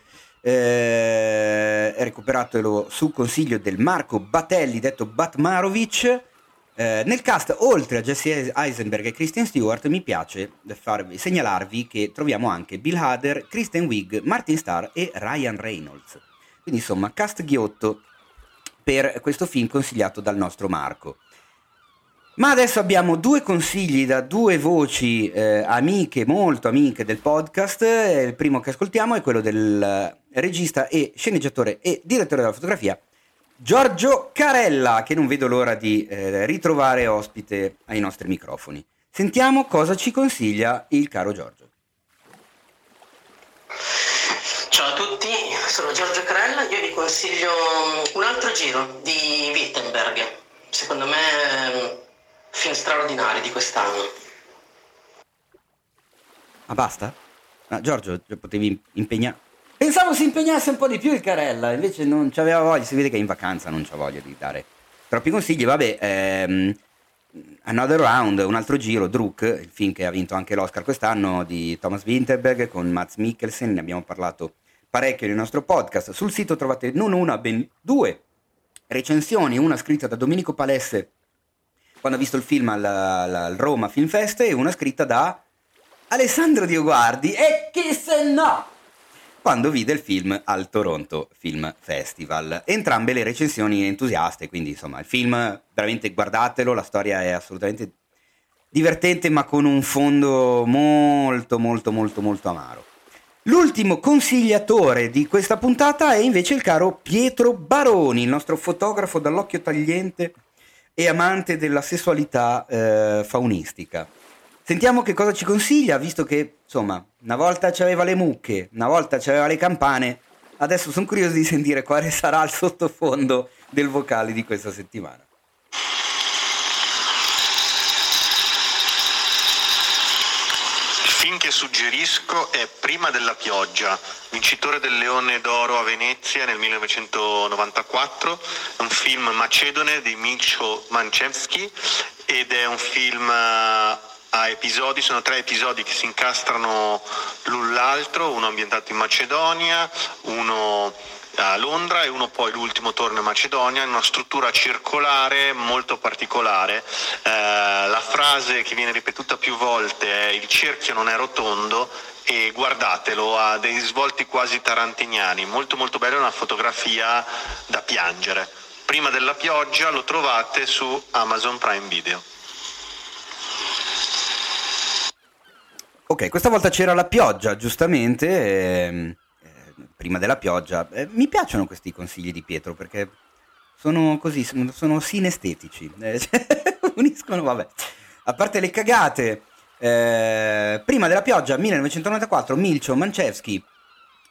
eh, è recuperato su consiglio del Marco Batelli, detto Batmarovic. Eh, nel cast, oltre a Jesse Eisenberg e Kristen Stewart, mi piace farvi, segnalarvi che troviamo anche Bill Hader, Kristen Wiig, Martin Starr e Ryan Reynolds. Quindi insomma, cast ghiotto per questo film consigliato dal nostro Marco. Ma adesso abbiamo due consigli da due voci eh, amiche, molto amiche del podcast. Il primo che ascoltiamo è quello del regista e sceneggiatore e direttore della fotografia Giorgio Carella, che non vedo l'ora di eh, ritrovare ospite ai nostri microfoni. Sentiamo cosa ci consiglia il caro Giorgio. Ciao a tutti, sono Giorgio Carella, io vi consiglio un altro giro di Wittenberg, secondo me film straordinari di quest'anno. Ah, basta? Ah, Giorgio, potevi impegnare... Pensavo si impegnasse un po' di più il Carella, invece non c'aveva voglia, si vede che è in vacanza, non c'ha voglia di dare troppi consigli. Vabbè, ehm, Another Round, un altro giro, Druk, il film che ha vinto anche l'Oscar quest'anno, di Thomas Vinterberg con Mads Mikkelsen, ne abbiamo parlato parecchio nel nostro podcast. Sul sito trovate non una, ben due recensioni, una scritta da Domenico Palesse quando ha visto il film al, al Roma Film Fest, e una scritta da Alessandro Dioguardi, e chi se no, quando vide il film al Toronto Film Festival. Entrambe le recensioni entusiaste, quindi insomma il film veramente guardatelo, la storia è assolutamente divertente ma con un fondo molto molto molto molto amaro. L'ultimo consigliatore di questa puntata è invece il caro Pietro Baroni, il nostro fotografo dall'occhio tagliente e amante della sessualità eh, faunistica. Sentiamo che cosa ci consiglia, visto che, insomma, una volta c'aveva le mucche, una volta c'aveva le campane, adesso sono curioso di sentire quale sarà il sottofondo del vocale di questa settimana. Il film che suggerisco è Prima della pioggia, vincitore del Leone d'Oro a Venezia nel millenovecentonovantaquattro, è un film macedone di Micho Manchevski ed è un film a episodi, sono tre episodi che si incastrano l'un l'altro, uno ambientato in Macedonia, uno a Londra e uno poi l'ultimo torna in Macedonia, in una struttura circolare molto particolare. Eh, la frase che viene ripetuta più volte è "il cerchio non è rotondo", e guardatelo, ha dei risvolti quasi tarantiniani, molto molto bello, è una fotografia da piangere. Prima della pioggia lo trovate su Amazon Prime Video. Ok, questa volta c'era la pioggia, giustamente, eh, eh, prima della pioggia. Eh, mi piacciono questi consigli di Pietro perché sono così, sono, sono sinestetici, eh, uniscono, vabbè. A parte le cagate, eh, prima della pioggia, millenovecentonovantaquattro, Milcho Manchevski,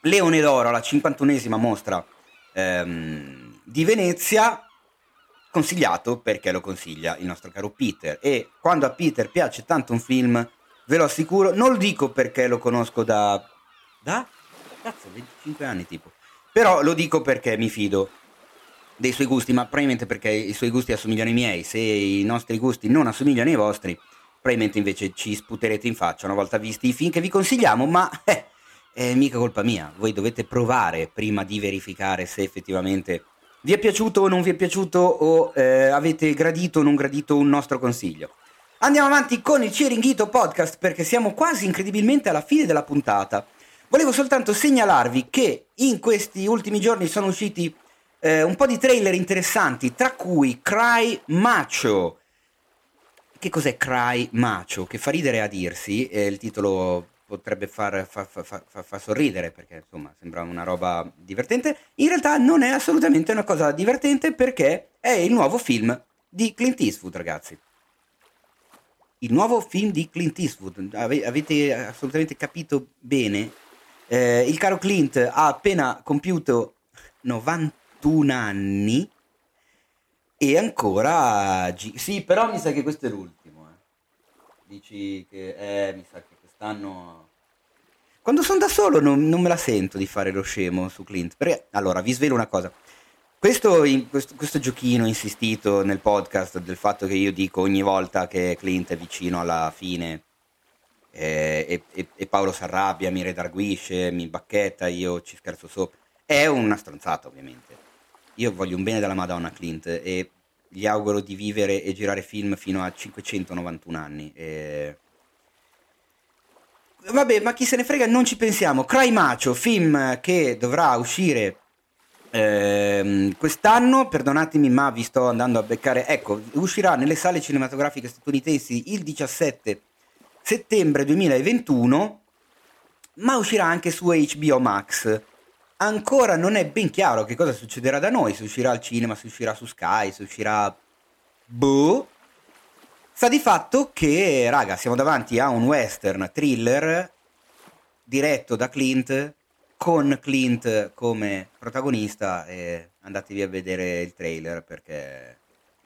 Leone d'Oro alla cinquantunesima mostra ehm, di Venezia, consigliato perché lo consiglia il nostro caro Peter, e quando a Peter piace tanto un film, ve lo assicuro, non lo dico perché lo conosco da... da? cazzo, venticinque anni tipo, però lo dico perché mi fido dei suoi gusti, ma probabilmente perché i suoi gusti assomigliano ai miei. Se i nostri gusti non assomigliano ai vostri, probabilmente invece ci sputerete in faccia una volta visti i film che vi consigliamo, ma eh, è mica colpa mia. Voi dovete provare prima di verificare se effettivamente vi è piaciuto o non vi è piaciuto, o eh, avete gradito o non gradito un nostro consiglio. Andiamo avanti con il Ciringhito Podcast, perché siamo quasi incredibilmente alla fine della puntata. Volevo soltanto segnalarvi che in questi ultimi giorni sono usciti eh, un po' di trailer interessanti, tra cui Cry Macho. Che cos'è Cry Macho? Che fa ridere a dirsi, eh, il titolo potrebbe far, far, far, far, far sorridere, perché insomma sembra una roba divertente. In realtà non è assolutamente una cosa divertente, perché è il nuovo film di Clint Eastwood, ragazzi. Il nuovo film di Clint Eastwood, Ave- avete assolutamente capito bene. Eh, il caro Clint ha appena compiuto novantuno anni e ancora gi- sì, però mi sa che questo è l'ultimo, eh. Dici che eh, mi sa che quest'anno, quando sono da solo non, non me la sento di fare lo scemo su Clint, perché allora vi svelo una cosa. Questo, in, questo, questo giochino insistito nel podcast del fatto che io dico ogni volta che Clint è vicino alla fine eh, e, e, e Paolo si arrabbia, mi redarguisce, mi bacchetta, io ci scherzo sopra, è una stronzata ovviamente. Io voglio un bene della Madonna a Clint e gli auguro di vivere e girare film fino a cinquecentonovantuno anni. E... vabbè, ma chi se ne frega, non ci pensiamo. Cry Macho, film che dovrà uscire ehm, quest'anno, perdonatemi ma vi sto andando a beccare, ecco, uscirà nelle sale cinematografiche statunitensi il diciassette settembre duemilaventuno, ma uscirà anche su H B O Max. Ancora non è ben chiaro che cosa succederà da noi, se uscirà al cinema, se uscirà su Sky, se uscirà... boh. Sta di fatto che, raga, siamo davanti a un western thriller diretto da Clint, con Clint come protagonista, e andatevi a vedere il trailer, perché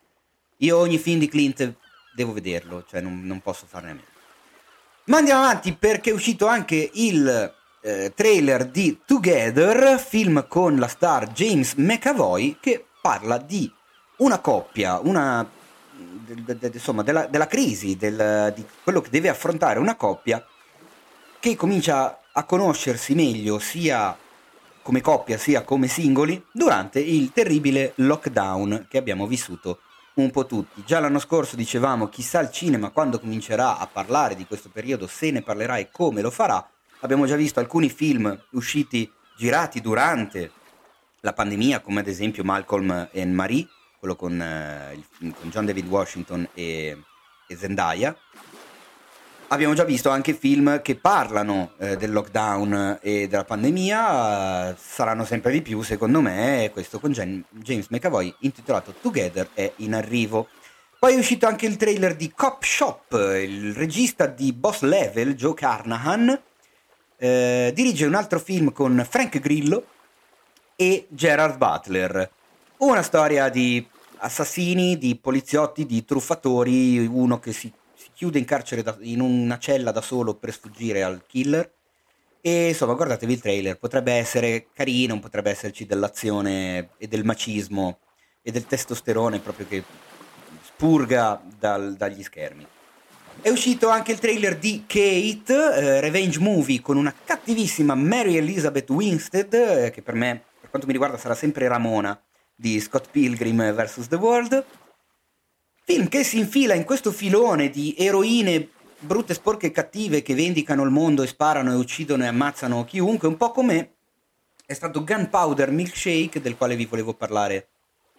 io ogni film di Clint devo vederlo, cioè non, non posso farne a meno. Ma andiamo avanti, perché è uscito anche il eh, trailer di Together, film con la star James McAvoy, che parla di una coppia, una de, de, de, insomma della, della crisi, del, di quello che deve affrontare una coppia che comincia a conoscersi meglio sia come coppia sia come singoli durante il terribile lockdown che abbiamo vissuto un po' tutti. Già l'anno scorso dicevamo chissà il cinema quando comincerà a parlare di questo periodo, se ne parlerà e come lo farà. Abbiamo già visto alcuni film usciti, girati durante la pandemia, come ad esempio Malcolm and Marie, quello con, eh, il, con John David Washington e, e Zendaya. Abbiamo già visto anche film che parlano eh, del lockdown e della pandemia, eh, saranno sempre di più secondo me, questo con Gen- James McAvoy intitolato Together è in arrivo. Poi è uscito anche il trailer di Cop Shop, il regista di Boss Level, Joe Carnahan, eh, dirige un altro film con Frank Grillo e Gerard Butler, una storia di assassini, di poliziotti, di truffatori, uno che si chiude in carcere da, in una cella da solo per sfuggire al killer. E insomma, guardatevi il trailer, potrebbe essere carino, potrebbe esserci dell'azione e del macismo e del testosterone proprio che spurga dal, dagli schermi. È uscito anche il trailer di Kate, eh, Revenge Movie, con una cattivissima Mary Elizabeth Winstead, eh, che per me, per quanto mi riguarda, sarà sempre Ramona di Scott Pilgrim versus. The World. Film che si infila in questo filone di eroine brutte, sporche e cattive che vendicano il mondo e sparano e uccidono e ammazzano chiunque, un po' come è stato Gunpowder Milkshake, del quale vi volevo parlare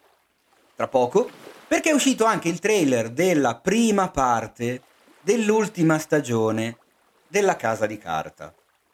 tra poco, perché è uscito anche il trailer della prima parte dell'ultima stagione della Casa di Carta.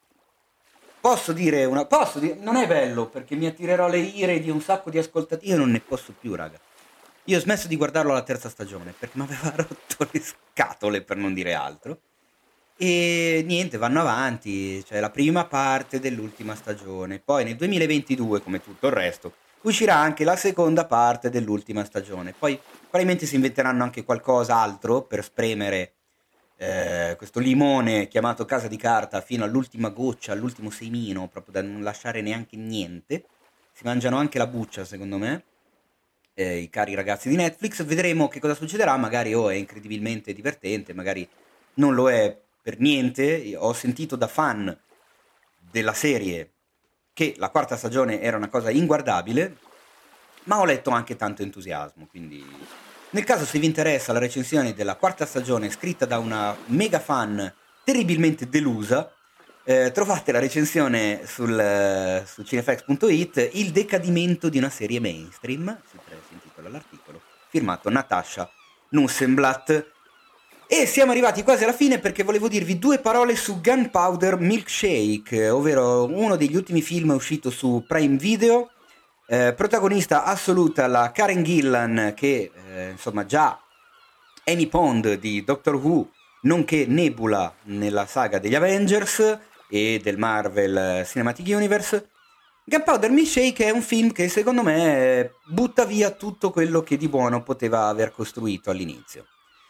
Posso dire una... posso dire... non è bello, perché mi attirerò le ire di un sacco di ascoltatori. Io non ne posso più, raga. Io ho smesso di guardarlo alla terza stagione perché mi aveva rotto le scatole, per non dire altro. E niente, vanno avanti, c'è la prima parte dell'ultima stagione, poi nel duemilaventidue, come tutto il resto, uscirà anche la seconda parte dell'ultima stagione, poi probabilmente si inventeranno anche qualcos'altro per spremere eh, questo limone chiamato Casa di Carta fino all'ultima goccia, all'ultimo semino, proprio da non lasciare neanche niente. Si mangiano anche la buccia, secondo me, eh, i cari ragazzi di Netflix. Vedremo che cosa succederà, magari oh, è incredibilmente divertente, magari non lo è per niente. Ho sentito da fan della serie che la quarta stagione era una cosa inguardabile, ma ho letto anche tanto entusiasmo, quindi nel caso se vi interessa la recensione della quarta stagione scritta da una mega fan terribilmente delusa, eh, trovate la recensione sul, uh, su cinefx punto it, Il decadimento di una serie mainstream, si intitola l'articolo, firmato Natasha Nussenblatt. E siamo arrivati quasi alla fine perché volevo dirvi due parole su Gunpowder Milkshake, ovvero uno degli ultimi film uscito su Prime Video. Eh, protagonista assoluta la Karen Gillan, che eh, insomma già Amy Pond di Doctor Who, nonché Nebula nella saga degli Avengers e del Marvel Cinematic Universe. Gunpowder Milkshake è un film che secondo me butta via tutto quello che di buono poteva aver costruito all'inizio.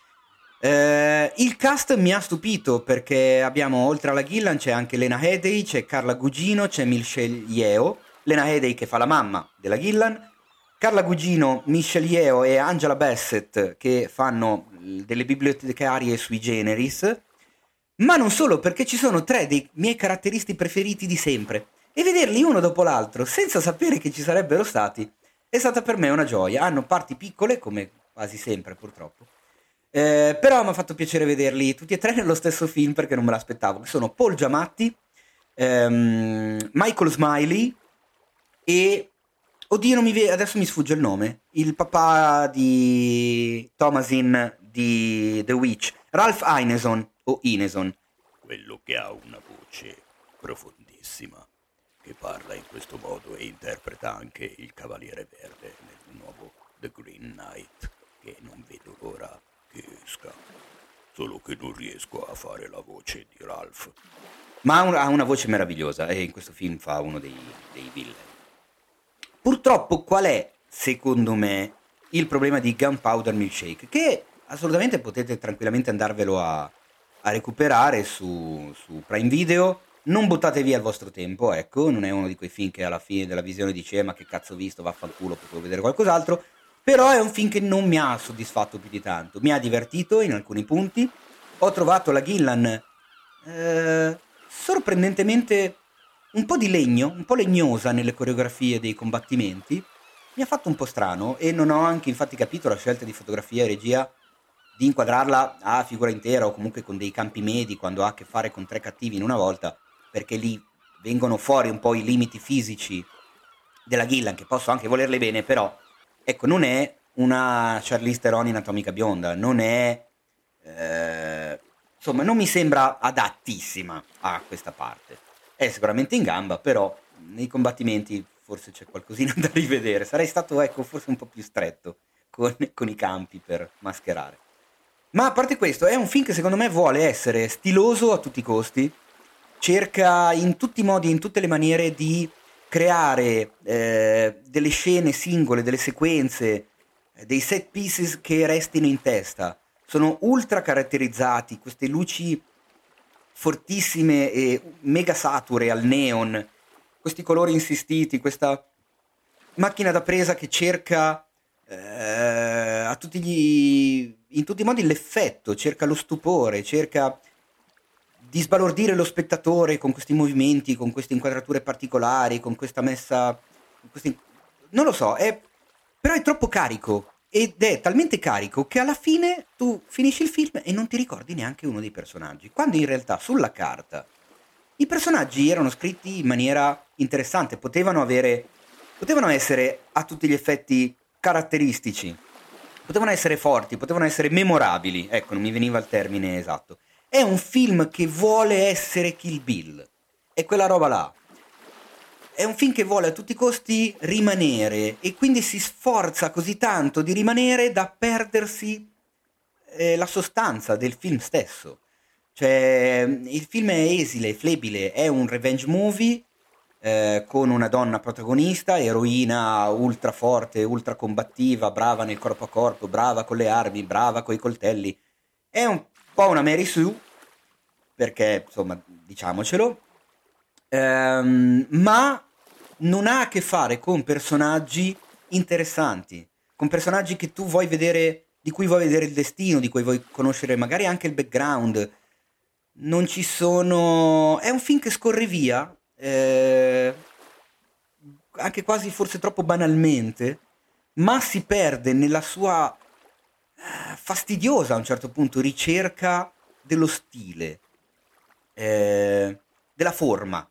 Uh, il cast mi ha stupito perché abbiamo, oltre alla Gillan, c'è anche Lena Headey, c'è Carla Gugino, c'è Michelle Yeoh. Lena Headey che fa la mamma della Gillan, Carla Gugino, Michelle Yeoh e Angela Bassett che fanno delle bibliotecarie sui generis, ma non solo, perché ci sono tre dei miei caratteristi preferiti di sempre e vederli uno dopo l'altro senza sapere che ci sarebbero stati è stata per me una gioia. Hanno parti piccole come quasi sempre purtroppo. Eh, però mi ha fatto piacere vederli tutti e tre nello stesso film perché non me l'aspettavo. Sono Paul Giamatti, ehm, Michael Smiley e oddio non mi ve- adesso mi sfugge il nome, il papà di Thomasin di The Witch, Ralph Ineson o Ineson, quello che ha una voce profondissima, che parla in questo modo e interpreta anche il Cavaliere Verde nel nuovo The Green Knight, che non vedo l'ora che esca, solo che non riesco a fare la voce di Ralph. Ma ha una, ha una voce meravigliosa e in questo film fa uno dei, dei villain. Purtroppo qual è, secondo me, il problema di Gunpowder Milkshake? Che assolutamente potete tranquillamente andarvelo a, a recuperare su, su Prime Video. Non buttate via il vostro tempo, ecco, non è uno di quei film che alla fine della visione dice ma che cazzo ho visto, vaffanculo, potevo vedere qualcos'altro. Però è un film che non mi ha soddisfatto più di tanto, mi ha divertito in alcuni punti, ho trovato la Gillan eh, sorprendentemente un po' di legno, un po' legnosa nelle coreografie dei combattimenti, mi ha fatto un po' strano e non ho anche infatti capito la scelta di fotografia e regia di inquadrarla a figura intera o comunque con dei campi medi quando ha a che fare con tre cattivi in una volta, perché lì vengono fuori un po' i limiti fisici della Gillan, che posso anche volerle bene, però ecco, non è una Charlize Theron in Atomica Bionda, non è eh, insomma non mi sembra adattissima a questa parte. È sicuramente in gamba, però nei combattimenti forse c'è qualcosina da rivedere. Sarei stato, ecco, forse un po' più stretto con, con i campi per mascherare. Ma a parte questo, è un film che secondo me vuole essere stiloso a tutti i costi, cerca in tutti i modi, in tutte le maniere di creare eh, delle scene singole, delle sequenze, eh, dei set pieces che restino in testa. Sono ultra caratterizzati, queste luci fortissime e mega sature al neon, questi colori insistiti, questa macchina da presa che cerca eh, a tutti gli, in tutti i modi l'effetto, cerca lo stupore, cerca di sbalordire lo spettatore con questi movimenti, con queste inquadrature particolari, con questa messa, con questi, non lo so, è, però è troppo carico. Ed è talmente carico che alla fine tu finisci il film e non ti ricordi neanche uno dei personaggi, quando in realtà sulla carta i personaggi erano scritti in maniera interessante, potevano avere, potevano essere a tutti gli effetti caratteristici, potevano essere forti, potevano essere memorabili, ecco, non mi veniva il termine esatto. È un film che vuole essere Kill Bill, è quella roba là. È un film che vuole a tutti i costi rimanere e quindi si sforza così tanto di rimanere da perdersi eh, la sostanza del film stesso. Cioè, il film è esile, flebile, è un revenge movie eh, con una donna protagonista, eroina ultra forte, ultra combattiva, brava nel corpo a corpo, brava con le armi, brava coi coltelli. È un po' una Mary Sue, perché, insomma, diciamocelo, ehm, ma non ha a che fare con personaggi interessanti, con personaggi che tu vuoi vedere, di cui vuoi vedere il destino, di cui vuoi conoscere magari anche il background. Non ci sono... È un film che scorre via, eh, anche quasi forse troppo banalmente, ma si perde nella sua eh, fastidiosa, a un certo punto, ricerca dello stile, eh, della forma.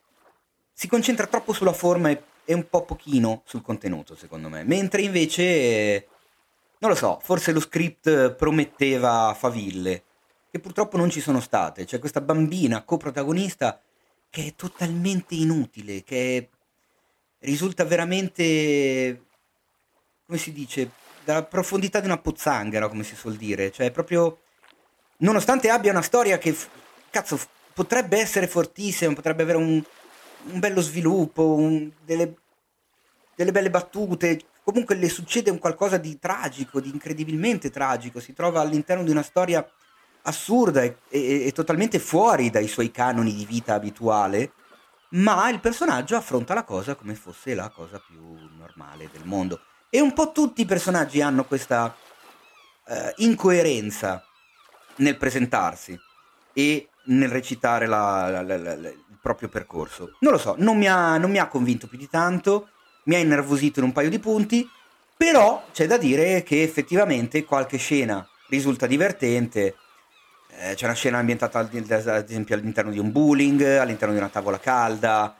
Si concentra troppo sulla forma e, e un po' pochino sul contenuto, secondo me. Mentre invece, eh, non lo so, forse lo script prometteva faville, che purtroppo non ci sono state. C'è questa bambina coprotagonista che è totalmente inutile, che risulta veramente, come si dice, dalla profondità di una pozzanghera, come si suol dire. Cioè, proprio, nonostante abbia una storia che, cazzo, potrebbe essere fortissima, potrebbe avere un, un bello sviluppo, un, delle, delle belle battute, comunque le succede un qualcosa di tragico, di incredibilmente tragico. Si trova all'interno di una storia assurda e, e, e totalmente fuori dai suoi canoni di vita abituale, ma il personaggio affronta la cosa come fosse la cosa più normale del mondo. E un po' tutti i personaggi hanno questa uh, incoerenza nel presentarsi e nel recitare la, la, la, la, il proprio percorso. Non lo so, non mi, ha, non mi ha convinto più di tanto, mi ha innervosito in un paio di punti, però c'è da dire che effettivamente qualche scena risulta divertente. Eh, c'è una scena ambientata ad esempio all'interno di un bowling, all'interno di una tavola calda.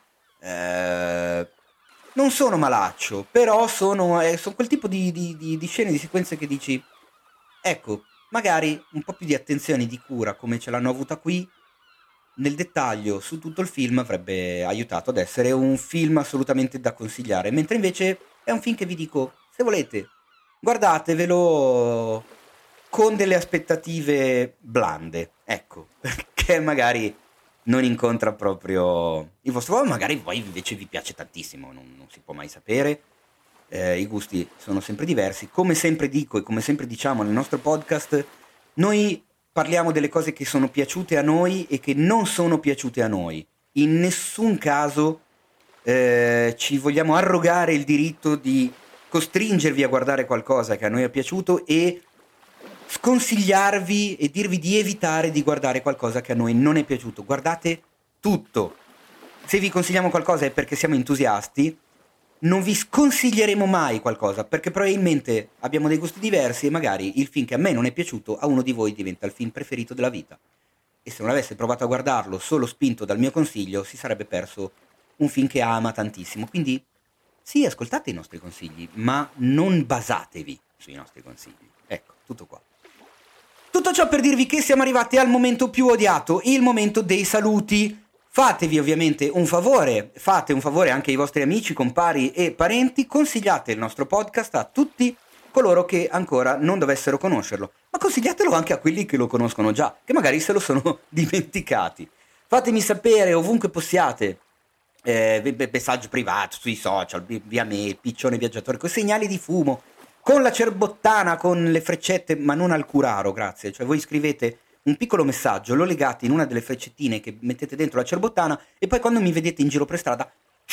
Eh, non sono malaccio, però sono, eh, sono quel tipo di, di, di, di scene, di sequenze che dici, ecco, magari un po' più di attenzione, di cura, come ce l'hanno avuta qui, nel dettaglio su tutto il film avrebbe aiutato ad essere un film assolutamente da consigliare. Mentre invece è un film che vi dico, se volete, guardatevelo con delle aspettative blande, ecco, perché magari non incontra proprio il vostro valore, magari voi invece vi piace tantissimo, non, non si può mai sapere, eh, i gusti sono sempre diversi. Come sempre dico e come sempre diciamo nel nostro podcast, noi parliamo delle cose che sono piaciute a noi e che non sono piaciute a noi. In nessun caso eh, ci vogliamo arrogare il diritto di costringervi a guardare qualcosa che a noi è piaciuto e sconsigliarvi e dirvi di evitare di guardare qualcosa che a noi non è piaciuto. Guardate tutto. Se vi consigliamo qualcosa è perché siamo entusiasti, non vi sconsiglieremo mai qualcosa perché probabilmente abbiamo dei gusti diversi e magari il film che a me non è piaciuto a uno di voi diventa il film preferito della vita. E se non avesse provato a guardarlo solo spinto dal mio consiglio, si sarebbe perso un film che ama tantissimo. Quindi sì, ascoltate i nostri consigli, ma non basatevi sui nostri consigli. Ecco, tutto qua. Tutto ciò per dirvi che siamo arrivati al momento più odiato, il momento dei saluti. Fatevi ovviamente un favore, fate un favore anche ai vostri amici, compari e parenti, consigliate il nostro podcast a tutti coloro che ancora non dovessero conoscerlo, ma consigliatelo anche a quelli che lo conoscono già, che magari se lo sono dimenticati. Fatemi sapere ovunque possiate, eh, messaggio privato sui social, via mail, piccione viaggiatore, con segnali di fumo, con la cerbottana, con le freccette, ma non al curaro, grazie. Cioè voi scrivete un piccolo messaggio, lo legate in una delle freccettine che mettete dentro la cerbottana e poi quando mi vedete in giro per strada,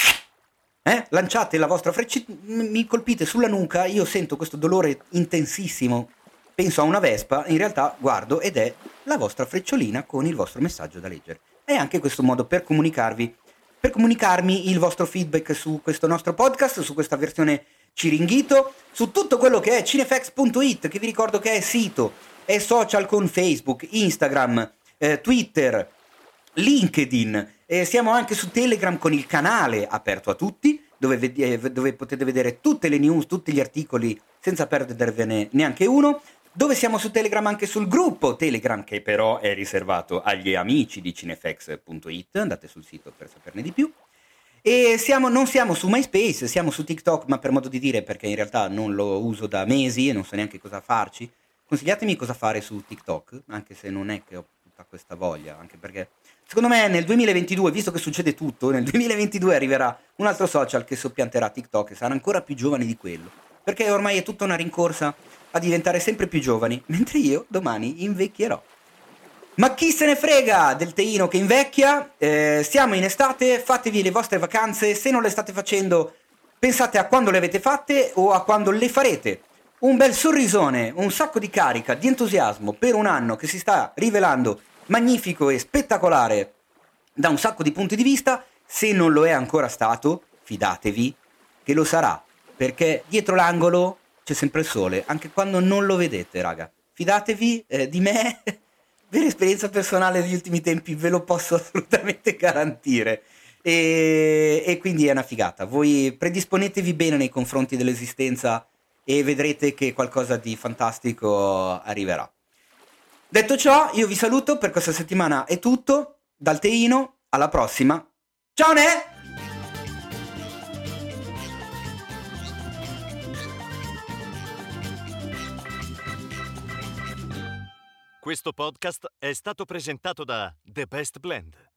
eh, lanciate la vostra freccetta, mi colpite sulla nuca, io sento questo dolore intensissimo, penso a una vespa, in realtà guardo ed è la vostra frecciolina con il vostro messaggio da leggere. È anche questo modo per comunicarvi, per comunicarmi il vostro feedback su questo nostro podcast, su questa versione Ciringhito, su tutto quello che è cinefx punto it, che vi ricordo che è sito, è social con Facebook, Instagram, eh, Twitter, LinkedIn, eh, siamo anche su Telegram con il canale aperto a tutti, dove, ved- eh, dove potete vedere tutte le news, tutti gli articoli senza perdervene neanche uno, dove siamo su Telegram anche sul gruppo Telegram, che però è riservato agli amici di cinefx punto it, andate sul sito per saperne di più. E siamo, non siamo su MySpace, siamo su TikTok, ma per modo di dire, perché in realtà non lo uso da mesi e non so neanche cosa farci. Consigliatemi cosa fare su TikTok, anche se non è che ho tutta questa voglia, anche perché secondo me nel duemilaventidue, visto che succede tutto, nel duemilaventidue arriverà un altro social che soppianterà TikTok e sarà ancora più giovani di quello, perché ormai è tutta una rincorsa a diventare sempre più giovani, mentre io domani invecchierò. Ma chi se ne frega del teino che invecchia? Eh, siamo in estate, fatevi le vostre vacanze, se non le state facendo pensate a quando le avete fatte o a quando le farete. Un bel sorrisone, un sacco di carica, di entusiasmo per un anno che si sta rivelando magnifico e spettacolare da un sacco di punti di vista. Se non lo è ancora stato, fidatevi che lo sarà, perché dietro l'angolo c'è sempre il sole, anche quando non lo vedete, raga. Fidatevi eh, di me, per esperienza personale degli ultimi tempi ve lo posso assolutamente garantire. E, e quindi è una figata. Voi predisponetevi bene nei confronti dell'esistenza e vedrete che qualcosa di fantastico arriverà. Detto ciò, io vi saluto, per questa settimana è tutto, dal teino, alla prossima. Ciao ne! Questo podcast è stato presentato da The Best Blend.